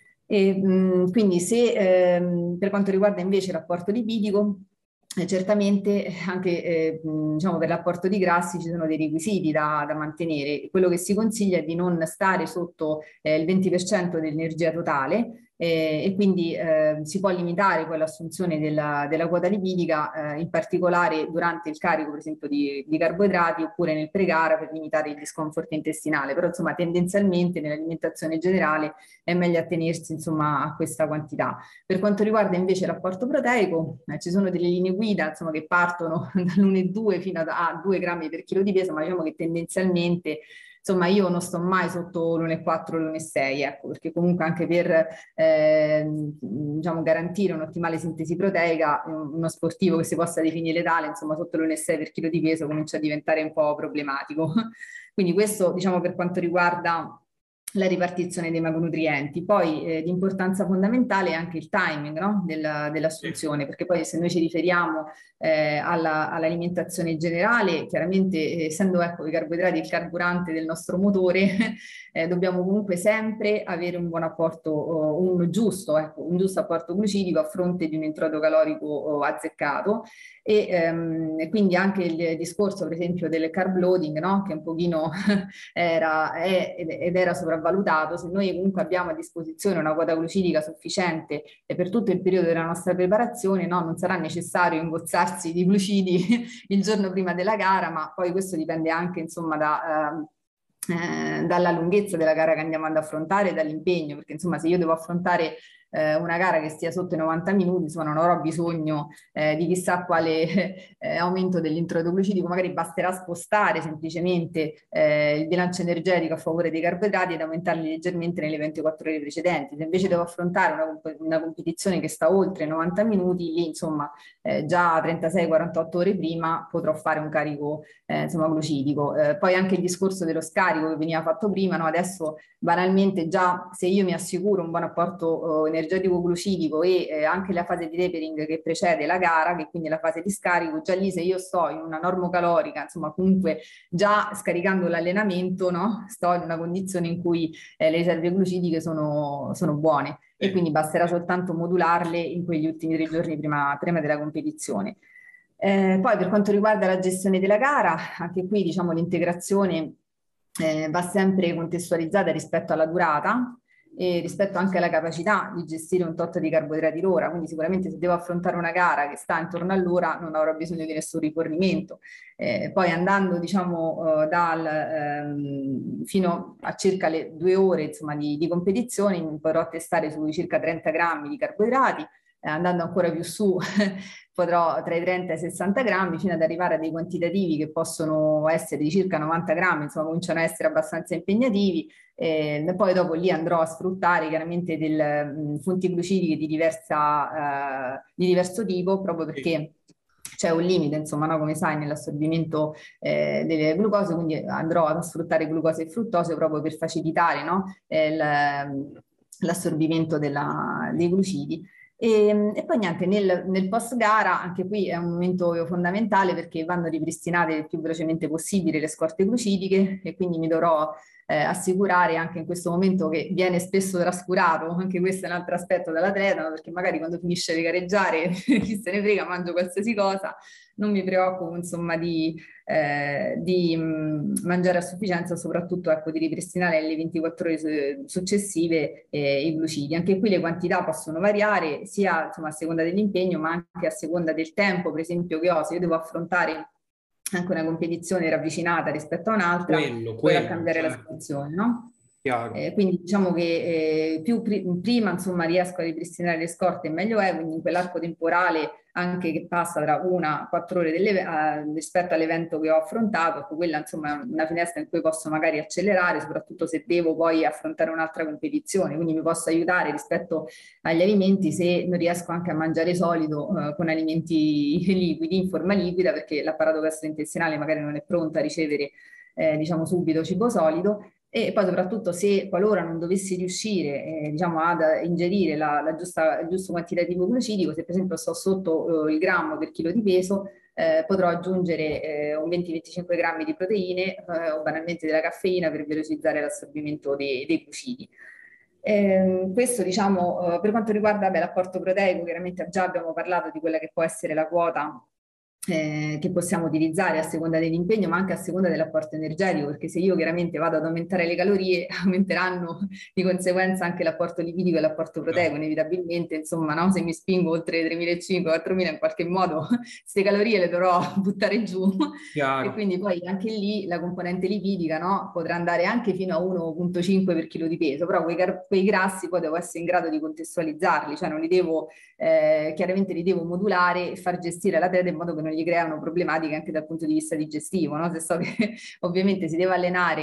Quindi per quanto riguarda invece l'apporto lipidico, certamente anche diciamo per l'apporto di grassi ci sono dei requisiti da mantenere. Quello che si consiglia è di non stare sotto il 20% dell'energia totale, e quindi si può limitare poi l'assunzione della quota lipidica, in particolare durante il carico per esempio di carboidrati oppure nel pre-gara per limitare il discomfort intestinale, però insomma tendenzialmente nell'alimentazione generale è meglio attenersi insomma a questa quantità. Per quanto riguarda invece l'apporto proteico, ci sono delle linee guida insomma, che partono dall'1,2 fino a 2 grammi per chilo di peso, ma diciamo che tendenzialmente insomma io non sto mai sotto l'1,4 l'1,6, ecco, perché comunque anche per diciamo, garantire un'ottimale sintesi proteica, uno sportivo che si possa definire tale, insomma sotto l'1,6 per chilo di peso comincia a diventare un po' problematico. Quindi questo diciamo per quanto riguarda la ripartizione dei macronutrienti. Poi di importanza fondamentale è anche il timing, no? dell'assunzione, perché poi se noi ci riferiamo all'alimentazione generale, chiaramente essendo ecco, i carboidrati il carburante del nostro motore, dobbiamo comunque sempre avere un buon apporto, un giusto apporto glucidico a fronte di un introito calorico azzeccato. E quindi anche il discorso per esempio del carb loading, no? Che un pochino era sopravvalutato. Se noi comunque abbiamo a disposizione una quota glucidica sufficiente per tutto il periodo della nostra preparazione, no? Non sarà necessario ingozzarsi di glucidi il giorno prima della gara, ma poi questo dipende anche insomma dalla lunghezza della gara che andiamo ad affrontare e dall'impegno, perché insomma se io devo affrontare una gara che stia sotto i 90 minuti, insomma non avrò bisogno di chissà quale aumento dell'introito glucidico, magari basterà spostare semplicemente il bilancio energetico a favore dei carboidrati ed aumentarli leggermente nelle 24 ore precedenti. Se invece devo affrontare una competizione che sta oltre i 90 minuti, lì insomma già 36-48 ore prima potrò fare un carico insomma glucidico. Poi anche il discorso dello scarico che veniva fatto prima, no? Adesso banalmente già se io mi assicuro un buon apporto energetico glucidico e anche la fase di tapering che precede la gara, che quindi è la fase di scarico, già lì se io sto in una normocalorica, insomma comunque già scaricando l'allenamento, no? Sto in una condizione in cui le riserve glucidiche sono buone. e quindi basterà soltanto modularle in quegli ultimi 3 giorni prima della competizione. Poi per quanto riguarda la gestione della gara, anche qui diciamo l'integrazione va sempre contestualizzata rispetto alla durata e rispetto anche alla capacità di gestire un tot di carboidrati l'ora, quindi sicuramente se devo affrontare una gara che sta intorno all'ora non avrò bisogno di nessun rifornimento. Poi andando diciamo fino a circa le 2 ore insomma, di competizione mi potrò testare sui circa 30 grammi di carboidrati, andando ancora più su potrò tra i 30 e i 60 grammi fino ad arrivare a dei quantitativi che possono essere di circa 90 grammi, insomma cominciano a essere abbastanza impegnativi. Poi dopo lì andrò a sfruttare chiaramente fonti glucidiche di diverso tipo, proprio perché c'è un limite, insomma, no? Come sai, nell'assorbimento delle glucose, quindi andrò a sfruttare glucose e fruttosio proprio per facilitare, no? L'assorbimento dei glucidi. E poi niente, nel post gara, anche qui è un momento fondamentale perché vanno ripristinate il più velocemente possibile le scorte glucidiche e quindi mi dovrò assicurare anche in questo momento, che viene spesso trascurato, anche questo è un altro aspetto dell'atleta, perché magari quando finisce di gareggiare chi se ne frega, mangio qualsiasi cosa, non mi preoccupo insomma di mangiare a sufficienza, soprattutto ecco, di ripristinare nelle 24 ore successive i glucidi. Anche qui le quantità possono variare sia insomma, a seconda dell'impegno, ma anche a seconda del tempo, per esempio, che ho. Se io devo affrontare anche una competizione ravvicinata rispetto a un'altra, potrà cambiare la situazione, no? Quindi diciamo che prima insomma riesco a ripristinare le scorte meglio è, quindi in quell'arco temporale anche che passa tra 1 a 4 ore rispetto all'evento che ho affrontato, ecco, quella insomma è una finestra in cui posso magari accelerare, soprattutto se devo poi affrontare un'altra competizione, quindi mi posso aiutare rispetto agli alimenti se non riesco anche a mangiare solido con alimenti liquidi, in forma liquida, perché l'apparato gastrointestinale magari non è pronto a ricevere diciamo subito cibo solido. E poi soprattutto se qualora non dovessi riuscire diciamo, ad ingerire il giusto quantitativo glucidico, se per esempio sto sotto il grammo per chilo di peso, potrò aggiungere un 20-25 grammi di proteine o banalmente della caffeina per velocizzare l'assorbimento dei glucidi. Questo diciamo per quanto riguarda l'apporto proteico, chiaramente già abbiamo parlato di quella che può essere la quota che possiamo utilizzare a seconda dell'impegno, ma anche a seconda dell'apporto energetico, perché se io chiaramente vado ad aumentare le calorie, aumenteranno di conseguenza anche l'apporto lipidico e l'apporto proteico, inevitabilmente, insomma, no? Se mi spingo oltre 3.500-4.000 in qualche modo, queste calorie le dovrò buttare giù. E quindi poi anche lì la componente lipidica, no? Potrà andare anche fino a 1,5 per chilo di peso, però quei grassi poi devo essere in grado di contestualizzarli, cioè non li devo, chiaramente li devo modulare e far gestire l'atleta in modo che non gli creano problematiche anche dal punto di vista digestivo, no? Se so che ovviamente si deve allenare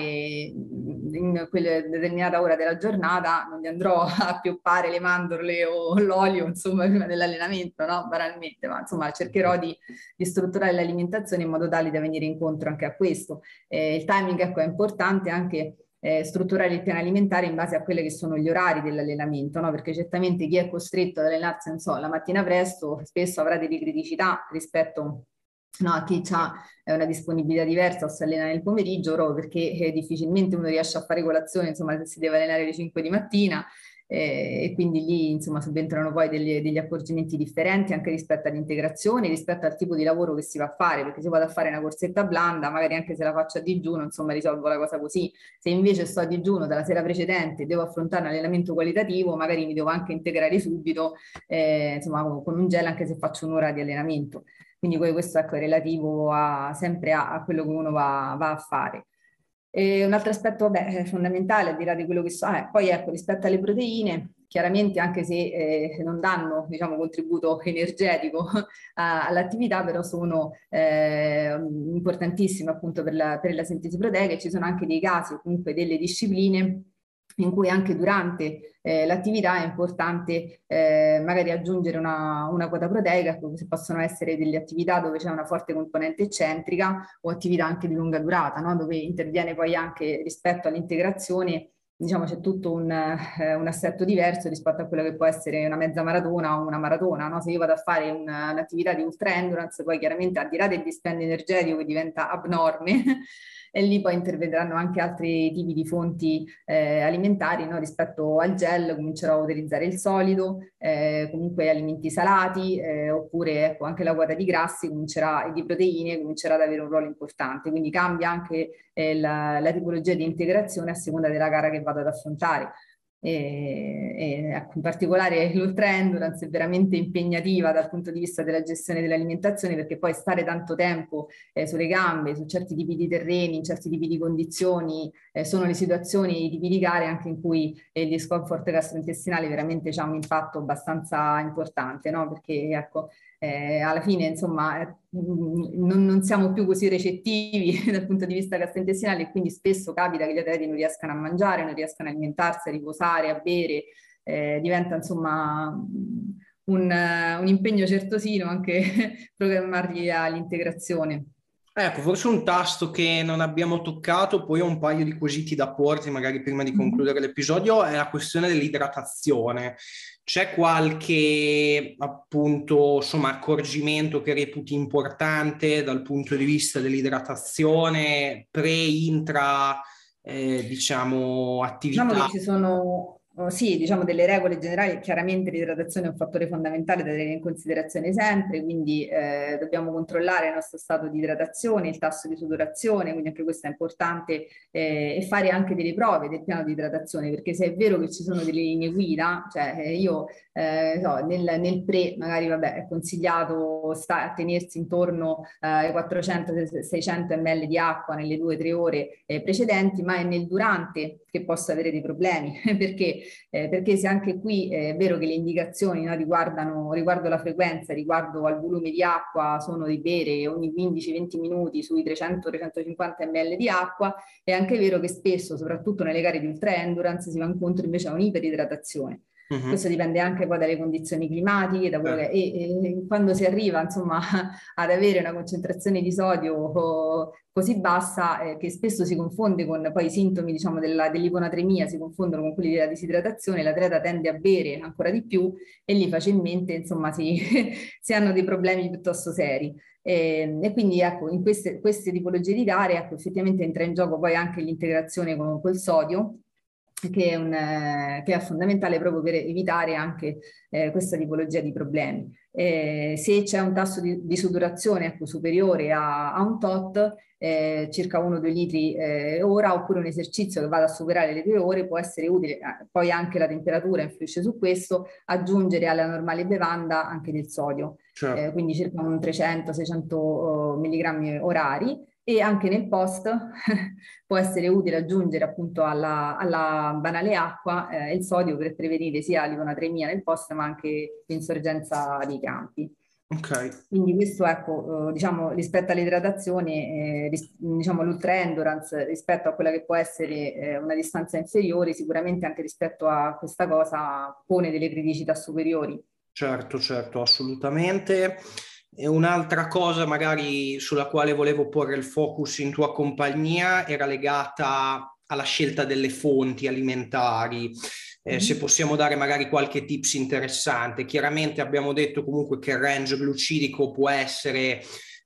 in quella determinata ora della giornata, non gli andrò a pioppare le mandorle o l'olio, insomma, prima dell'allenamento, no? Banalmente, ma insomma cercherò di strutturare l'alimentazione in modo tale da venire incontro anche a questo. Il timing, ecco, è importante anche strutturare il piano alimentare in base a quelli che sono gli orari dell'allenamento, no? Perché certamente chi è costretto ad allenarsi, non so, la mattina presto spesso avrà delle criticità rispetto a chi ha una disponibilità diversa o si allena nel pomeriggio, proprio perché difficilmente uno riesce a fare colazione, insomma, se si deve allenare alle 5 di mattina. E quindi lì insomma subentrano poi degli accorgimenti differenti anche rispetto all'integrazione, rispetto al tipo di lavoro che si va a fare, perché se vado a fare una corsetta blanda, magari anche se la faccio a digiuno, insomma risolvo la cosa così. Se invece sto a digiuno dalla sera precedente e devo affrontare un allenamento qualitativo, magari mi devo anche integrare subito, insomma con un gel anche se faccio un'ora di allenamento. Quindi questo ecco, è relativo sempre a quello che uno va a fare. E un altro aspetto fondamentale, al di là di quello che so, poi ecco, rispetto alle proteine, chiaramente anche se non danno diciamo, contributo energetico all'attività, però sono importantissime appunto per la sintesi proteica, e ci sono anche dei casi o comunque delle discipline in cui anche durante l'attività è importante magari aggiungere una quota proteica, come se possono essere delle attività dove c'è una forte componente eccentrica o attività anche di lunga durata, no? Dove interviene poi anche rispetto all'integrazione diciamo c'è tutto un assetto diverso rispetto a quello che può essere una mezza maratona o una maratona, no? Se io vado a fare un'attività di ultra endurance, poi chiaramente al di là del dispendio energetico che diventa abnorme, e lì poi interverranno anche altri tipi di fonti alimentari, no? Rispetto al gel comincerò a utilizzare il solido, comunque alimenti salati, oppure ecco, anche la quota di grassi comincerà, e di proteine comincerà ad avere un ruolo importante, quindi cambia anche la tipologia di integrazione a seconda della gara che vado ad affrontare. Ecco, in particolare l'ultra endurance è veramente impegnativa dal punto di vista della gestione dell'alimentazione, perché poi stare tanto tempo sulle gambe, su certi tipi di terreni, in certi tipi di condizioni, sono le situazioni, i tipi di gare anche in cui il discomfort gastrointestinale veramente ha un impatto abbastanza importante, no? Perché ecco, alla fine insomma non siamo più così recettivi dal punto di vista gastrointestinale, e quindi spesso capita che gli atleti non riescano a mangiare, non riescano a alimentarsi, a riposare, a bere, diventa insomma un impegno certosino anche programmarli all'integrazione. Ecco, forse un tasto che non abbiamo toccato, poi ho un paio di quesiti da porti, magari prima di concludere l'episodio, è la questione dell'idratazione. C'è qualche, appunto, insomma, accorgimento che reputi importante dal punto di vista dell'idratazione pre-intra, diciamo, Diciamo attività? che ci sono, sì, diciamo delle regole generali. Chiaramente l'idratazione è un fattore fondamentale da tenere in considerazione sempre, quindi dobbiamo controllare il nostro stato di idratazione, il tasso di sudorazione, quindi anche questo è importante, e fare anche delle prove del piano di idratazione, perché se è vero che ci sono delle linee guida, cioè io so, nel pre magari vabbè, è consigliato a tenersi intorno ai 400-600 ml di acqua nelle 2-3 ore precedenti, ma è nel durante che posso avere dei problemi, perché se anche qui è vero che le indicazioni, no, riguardo la frequenza, riguardo al volume di acqua, sono di bere ogni 15-20 minuti sui 300-350 ml di acqua, è anche vero che spesso, soprattutto nelle gare di ultra endurance, si va incontro invece a un'iperidratazione. Questo dipende anche poi dalle condizioni climatiche, da quello che e quando si arriva insomma ad avere una concentrazione di sodio così bassa, che spesso si confonde con poi i sintomi diciamo dell'iponatremia, si confondono con quelli della disidratazione, l'atleta tende a bere ancora di più e lì facilmente insomma si hanno dei problemi piuttosto seri. E quindi ecco, in queste tipologie di gare ecco, effettivamente entra in gioco poi anche l'integrazione con col sodio, che è fondamentale proprio per evitare anche questa tipologia di problemi. Se c'è un tasso di sudorazione ecco, superiore a un tot, circa 1-2 litri ora, oppure un esercizio che vada a superare le 2 ore, può essere utile, poi anche la temperatura influisce su questo, aggiungere alla normale bevanda anche del sodio, Certo. quindi circa un 300-600 milligrammi orari. E anche nel post può essere utile aggiungere appunto alla banale acqua il sodio per prevenire sia l'iponatremia nel post ma anche l'insorgenza dei crampi. Ok. Quindi questo ecco, diciamo rispetto all'idratazione, diciamo l'ultra endurance rispetto a quella che può essere una distanza inferiore, sicuramente anche rispetto a questa cosa pone delle criticità superiori. Certo, certo, assolutamente. E un'altra cosa magari sulla quale volevo porre il focus in tua compagnia era legata alla scelta delle fonti alimentari. Se possiamo dare magari qualche tips interessante. Chiaramente abbiamo detto comunque che il range glucidico può essere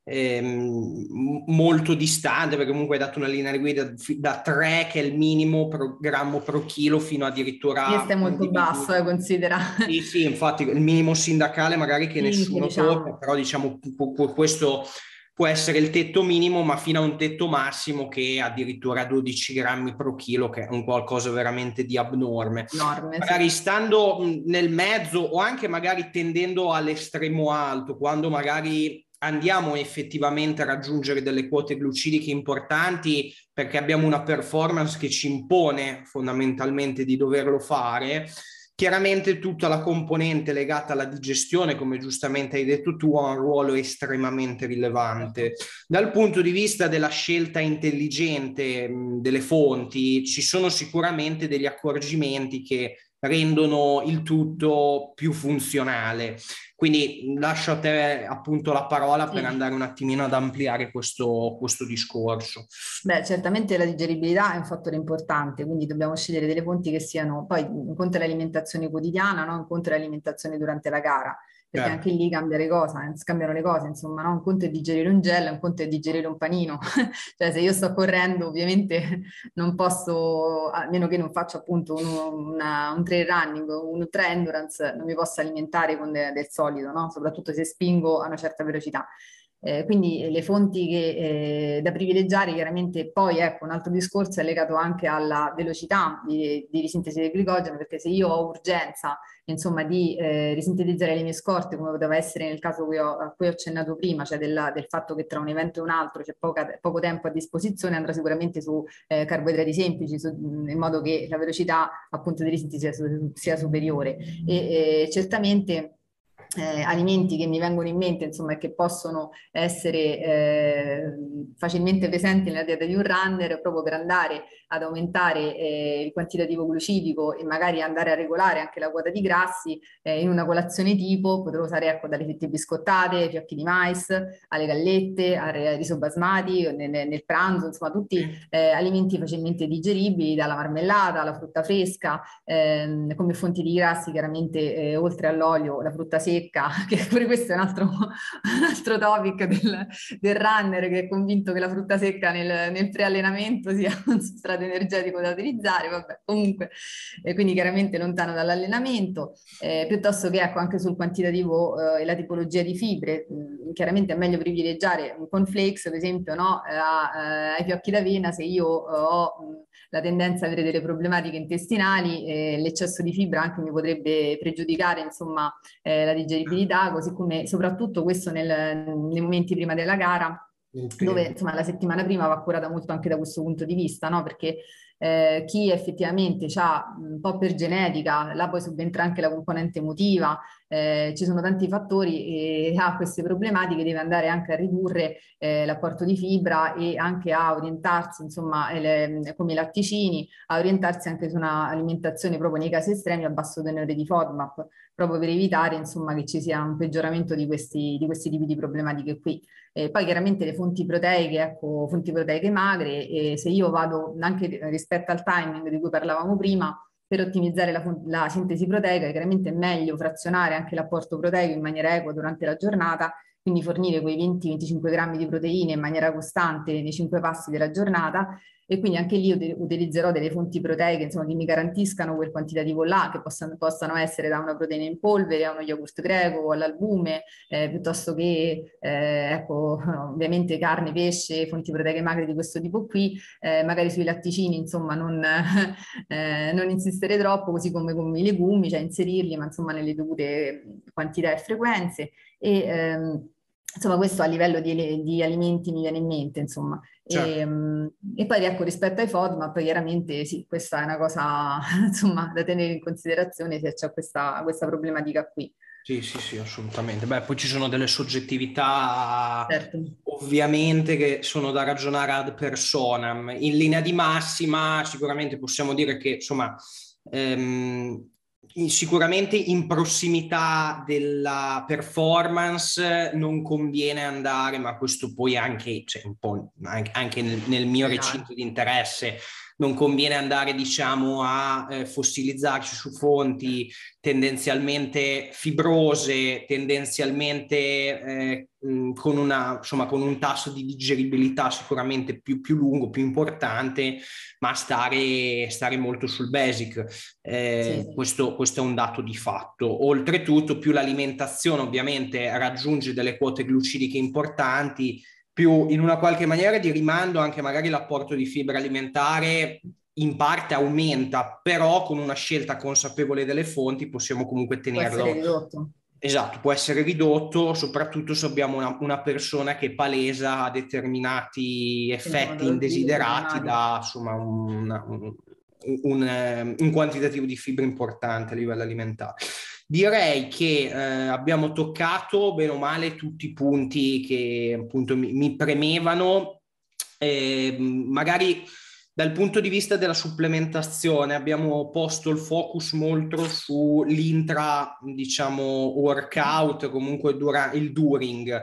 molto distante, perché comunque hai dato una linea di guida da 3, che è il minimo grammo pro chilo, fino addirittura Questo è molto basso, considera. sì, sì, infatti il minimo sindacale magari che Limite, nessuno tocca, diciamo. però diciamo questo può essere il tetto minimo, ma fino a un tetto massimo che è addirittura 12 grammi pro chilo, che è un qualcosa veramente di abnorme. Enorme, sì. Magari stando nel mezzo o anche magari tendendo all'estremo alto, quando magari andiamo effettivamente a raggiungere delle quote glucidiche importanti perché abbiamo una performance che ci impone fondamentalmente di doverlo fare. Chiaramente tutta la componente legata alla digestione, come giustamente hai detto tu, ha un ruolo estremamente rilevante. Dal punto di vista della scelta intelligente delle fonti, ci sono sicuramente degli accorgimenti che rendono il tutto più funzionale. Quindi lascio a te appunto la parola per Sì. andare un attimino ad ampliare questo discorso. Beh, certamente la digeribilità è un fattore importante, quindi dobbiamo scegliere delle fonti che siano, poi un conto è l'alimentazione quotidiana, no? Un conto è l'alimentazione durante la gara, perché Certo. anche lì cambiano le cose, insomma, no? Un conto è digerire un gel, un conto è digerire un panino, cioè se io sto correndo ovviamente non posso, a meno che non faccio appunto un trail running o un trail endurance, non mi posso alimentare con del solido, no? Soprattutto se spingo a una certa velocità. Quindi le fonti da privilegiare chiaramente poi ecco un altro discorso è legato anche alla velocità di risintesi del glicogeno, perché se io ho urgenza insomma di risintetizzare le mie scorte, come poteva essere nel caso a cui ho accennato prima, cioè del fatto che tra un evento e un altro c'è poco tempo a disposizione, andrà sicuramente su carboidrati semplici, in modo che la velocità appunto di risintesi sia superiore e certamente alimenti che mi vengono in mente, insomma, e che possono essere facilmente presenti nella dieta di un runner, proprio per andare ad aumentare il quantitativo glucidico e magari andare a regolare anche la quota di grassi. In una colazione tipo potrò usare ecco, dalle fette biscottate, ai fiocchi di mais, alle gallette, al riso basmati, nel pranzo, insomma, tutti alimenti facilmente digeribili, dalla marmellata alla frutta fresca, come fonti di grassi, chiaramente oltre all'olio, la frutta secca, che pure questo è un altro topic del runner, che è convinto che la frutta secca nel preallenamento sia un sostrato energetico da utilizzare, vabbè, comunque, quindi chiaramente lontano dall'allenamento, piuttosto che ecco, anche sul quantitativo e la tipologia di fibre. Chiaramente è meglio privilegiare un cornflakes, ad esempio, no? Ai fiocchi d'avena se io ho la tendenza ad avere delle problematiche intestinali, l'eccesso di fibra anche mi potrebbe pregiudicare insomma la digeribilità, così come soprattutto questo nei momenti prima della gara, dove insomma la settimana prima va curata molto anche da questo punto di vista, no? Perché chi effettivamente ha un po' per genetica, là poi subentra anche la componente emotiva, ci sono tanti fattori e ha queste problematiche, deve andare anche a ridurre l'apporto di fibra e anche a orientarsi, insomma, come i latticini, a orientarsi anche su un'alimentazione proprio nei casi estremi a basso tenore di FODMAP, proprio per evitare, insomma, che ci sia un peggioramento di questi tipi di problematiche qui. Poi chiaramente le fonti proteiche, ecco, fonti proteiche magre, se io vado anche rispetto al timing di cui parlavamo prima, per ottimizzare la sintesi proteica, chiaramente è meglio frazionare anche l'apporto proteico in maniera equa durante la giornata, quindi fornire quei 20-25 grammi di proteine in maniera costante nei 5 passi della giornata, e quindi anche lì utilizzerò delle fonti proteiche insomma, che mi garantiscano quel quantitativo là, che possano essere da una proteina in polvere a uno yogurt greco, all'albume, piuttosto che ecco, ovviamente carne, pesce, fonti proteiche magre di questo tipo qui, magari sui latticini insomma non insistere troppo, così come con i legumi, cioè inserirli ma insomma nelle dovute quantità e frequenze e insomma questo a livello di alimenti mi viene in mente insomma. Certo. E poi ecco rispetto ai FODMAP chiaramente sì, questa è una cosa insomma da tenere in considerazione se c'è questa problematica qui. Sì, sì, sì, assolutamente. Beh, poi ci sono delle soggettività Certo. ovviamente che sono da ragionare ad personam. In linea di massima sicuramente possiamo dire che, insomma, sicuramente in prossimità della performance non conviene andare, ma questo poi anche, cioè, un po' anche nel mio recinto di interesse, non conviene andare, diciamo, a fossilizzarci su fonti tendenzialmente fibrose, tendenzialmente con un tasso di digeribilità sicuramente più lungo, più importante, ma stare molto sul basic. Sì. Questo è un dato di fatto. Oltretutto, più l'alimentazione ovviamente raggiunge delle quote glucidiche importanti, più in una qualche maniera di rimando anche magari l'apporto di fibra alimentare in parte aumenta, però con una scelta consapevole delle fonti possiamo comunque Può essere tenerlo. ridotto. Esatto, può essere ridotto, soprattutto se abbiamo una persona che palesa determinati effetti Dallo sviluppo indesiderati primario. da insomma, un quantitativo di fibra importante a livello alimentare. Direi che abbiamo toccato bene o male tutti i punti che appunto mi premevano. Magari Dal punto di vista della supplementazione abbiamo posto il focus molto sull'intra, diciamo, workout, comunque il during.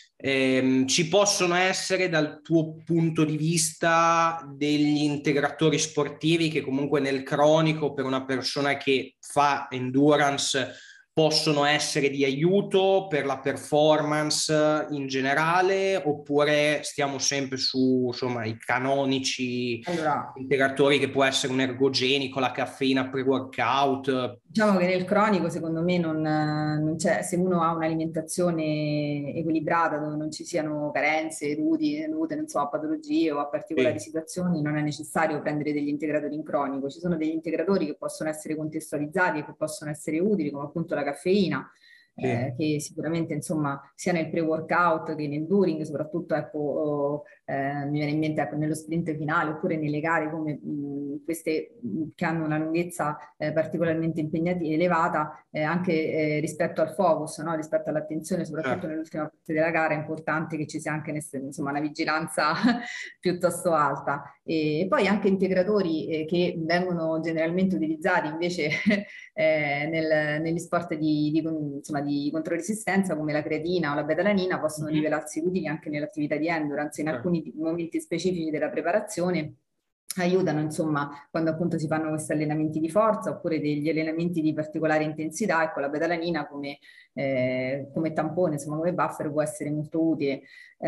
Ci possono essere dal tuo punto di vista degli integratori sportivi che comunque nel cronico per una persona che fa endurance possono essere di aiuto per la performance in generale, oppure stiamo sempre su, insomma, i canonici Allora, integratori che può essere un ergogenico, la caffeina pre-workout? diciamo che nel cronico secondo me non c'è, se uno ha un'alimentazione equilibrata dove non ci siano carenze dovute non so, a patologie o a particolari Sì, situazioni, non è necessario prendere degli integratori in cronico. Ci sono degli integratori che possono essere contestualizzati e che possono essere utili, come appunto la caffeina, sì, che sicuramente insomma sia nel pre-workout che nel during, soprattutto ecco, mi viene in mente ecco, nello sprint finale oppure nelle gare come queste che hanno una lunghezza particolarmente impegnativa, elevata, anche rispetto al focus, no? Rispetto all'attenzione, soprattutto certo. nell'ultima parte della gara, è importante che ci sia anche insomma, una vigilanza piuttosto alta. E poi anche integratori che vengono generalmente utilizzati invece negli sport insomma, di controresistenza come la creatina o la betalanina possono Mhm. rivelarsi utili anche nell'attività di endurance in Certo. alcuni momenti specifici della preparazione. Aiutano insomma quando appunto si fanno questi allenamenti di forza oppure degli allenamenti di particolare intensità e con la betalanina come tampone, insomma come buffer può essere molto utile.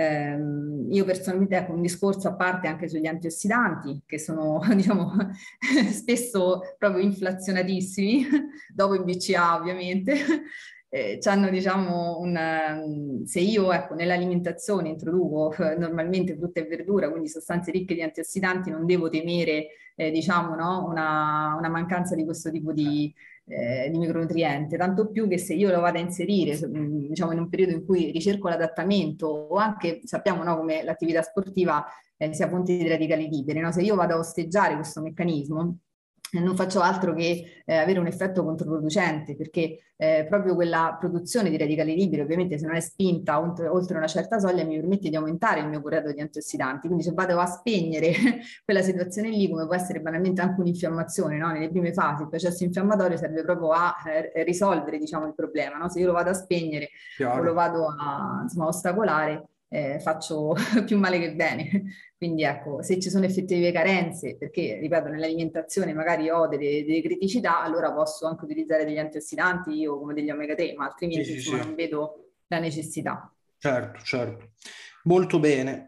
Io personalmente ecco un discorso a parte anche sugli antiossidanti che sono diciamo spesso proprio inflazionatissimi dopo il BCA ovviamente. C'hanno diciamo se io ecco nell'alimentazione introduco normalmente frutta e verdura, quindi sostanze ricche di antiossidanti, non devo temere diciamo no, una mancanza di questo tipo di micronutriente, tanto più che se io lo vado a inserire diciamo in un periodo in cui ricerco l'adattamento o anche sappiamo no, come l'attività sportiva sia fonte di radicali liberi, no? Se io vado a osteggiare questo meccanismo non faccio altro che avere un effetto controproducente perché proprio quella produzione di radicali liberi, ovviamente se non è spinta oltre una certa soglia, mi permette di aumentare il mio grado di antiossidanti. Quindi se vado a spegnere quella situazione lì, come può essere banalmente anche un'infiammazione, no? Nelle prime fasi il processo infiammatorio serve proprio a risolvere diciamo, il problema. No? Se io lo vado a spegnere o lo Chiaro. vado a insomma, ostacolare, faccio più male che bene. Quindi ecco, se ci sono effettive carenze, perché ripeto, nell'alimentazione magari ho delle criticità, allora posso anche utilizzare degli antiossidanti o come degli omega 3, ma Sì, altrimenti sì, insomma sì. non vedo la necessità. Certo, certo. Molto bene.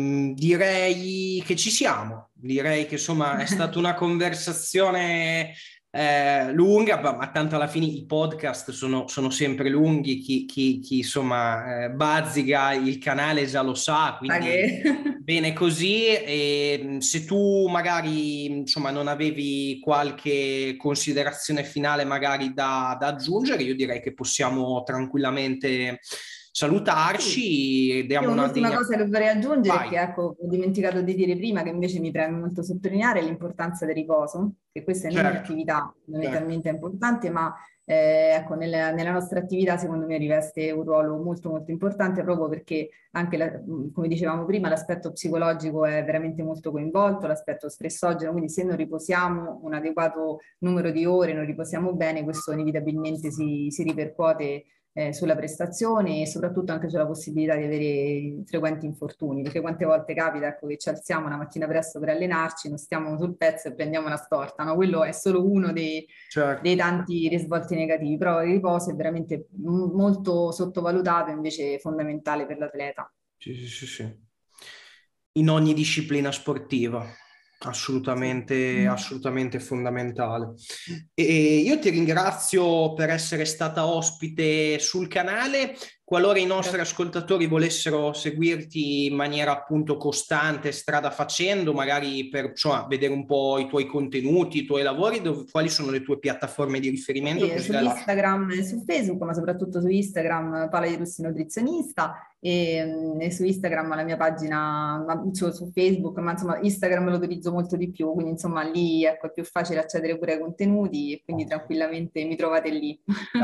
Direi che ci siamo. Direi che insomma è stata una conversazione lunga, ma tanto alla fine i podcast sono sempre lunghi. Chi, insomma bazzica il canale già lo sa, Sa quindi che... bene così. E se tu magari insomma non avevi qualche considerazione finale magari da aggiungere, io direi che possiamo tranquillamente Sì. salutarci e diamo Io una un'ultima degna... cosa che vorrei aggiungere è Vai, che ecco, ho dimenticato di dire prima, che invece mi preme molto sottolineare, è l'importanza del riposo, che questa in ogni certo, attività certo. fondamentalmente è importante, ma ecco, nella nostra attività secondo me riveste un ruolo molto molto importante proprio perché anche, come dicevamo prima, l'aspetto psicologico è veramente molto coinvolto, l'aspetto stressogeno, quindi se non riposiamo un adeguato numero di ore, non riposiamo bene, questo inevitabilmente si ripercuote sulla prestazione e soprattutto anche sulla possibilità di avere frequenti infortuni, perché quante volte capita ecco, che ci alziamo la mattina presto per allenarci, non stiamo sul pezzo e prendiamo una storta, no? Quello è solo uno dei Certo. tanti risvolti negativi, però il riposo è veramente molto sottovalutato, invece fondamentale per l'atleta. Sì, sì, sì, sì. In ogni disciplina sportiva, Sì. assolutamente, assolutamente fondamentale. E io ti ringrazio per essere stata ospite sul canale. Qualora i nostri Grazie. ascoltatori volessero seguirti in maniera appunto costante, strada facendo, magari per insomma, vedere un po' i tuoi contenuti, i tuoi lavori, quali sono le tue piattaforme di riferimento? Sì, Così su le lascio. Instagram e su Facebook, ma soprattutto su Instagram Pala di Russi Nutrizionista e su Instagram la mia pagina, su Facebook, ma insomma Instagram lo utilizzo molto di più, quindi insomma lì ecco, è più facile accedere pure ai contenuti e quindi Ottimo. tranquillamente mi trovate lì. Dai,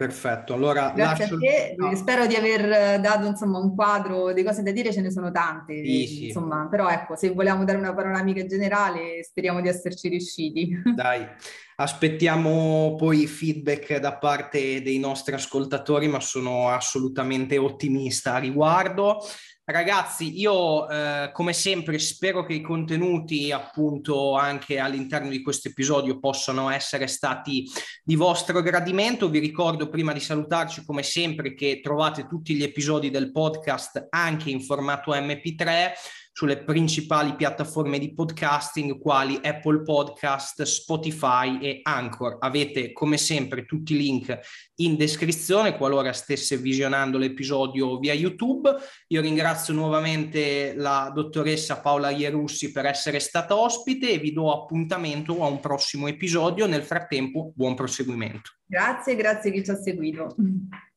Perfetto, allora Grazie a lascio... te, Ah, spero di aver dato insomma un quadro di cose da dire, ce ne sono tante, sì, sì. insomma, però ecco, se vogliamo dare una panoramica generale, speriamo di esserci riusciti. Dai, aspettiamo poi feedback da parte dei nostri ascoltatori, ma sono assolutamente ottimista a riguardo. Ragazzi, io come sempre spero che i contenuti appunto anche all'interno di questo episodio possano essere stati di vostro gradimento. Vi ricordo prima di salutarci come sempre che trovate tutti gli episodi del podcast anche in formato MP3 sulle principali piattaforme di podcasting quali Apple Podcast, Spotify e Anchor. Avete come sempre tutti i link in descrizione qualora stesse visionando l'episodio via YouTube. Io ringrazio nuovamente la dottoressa Paola Ierussi per essere stata ospite e vi do appuntamento a un prossimo episodio. Nel frattempo, buon proseguimento. Grazie, grazie a chi ci ha seguito.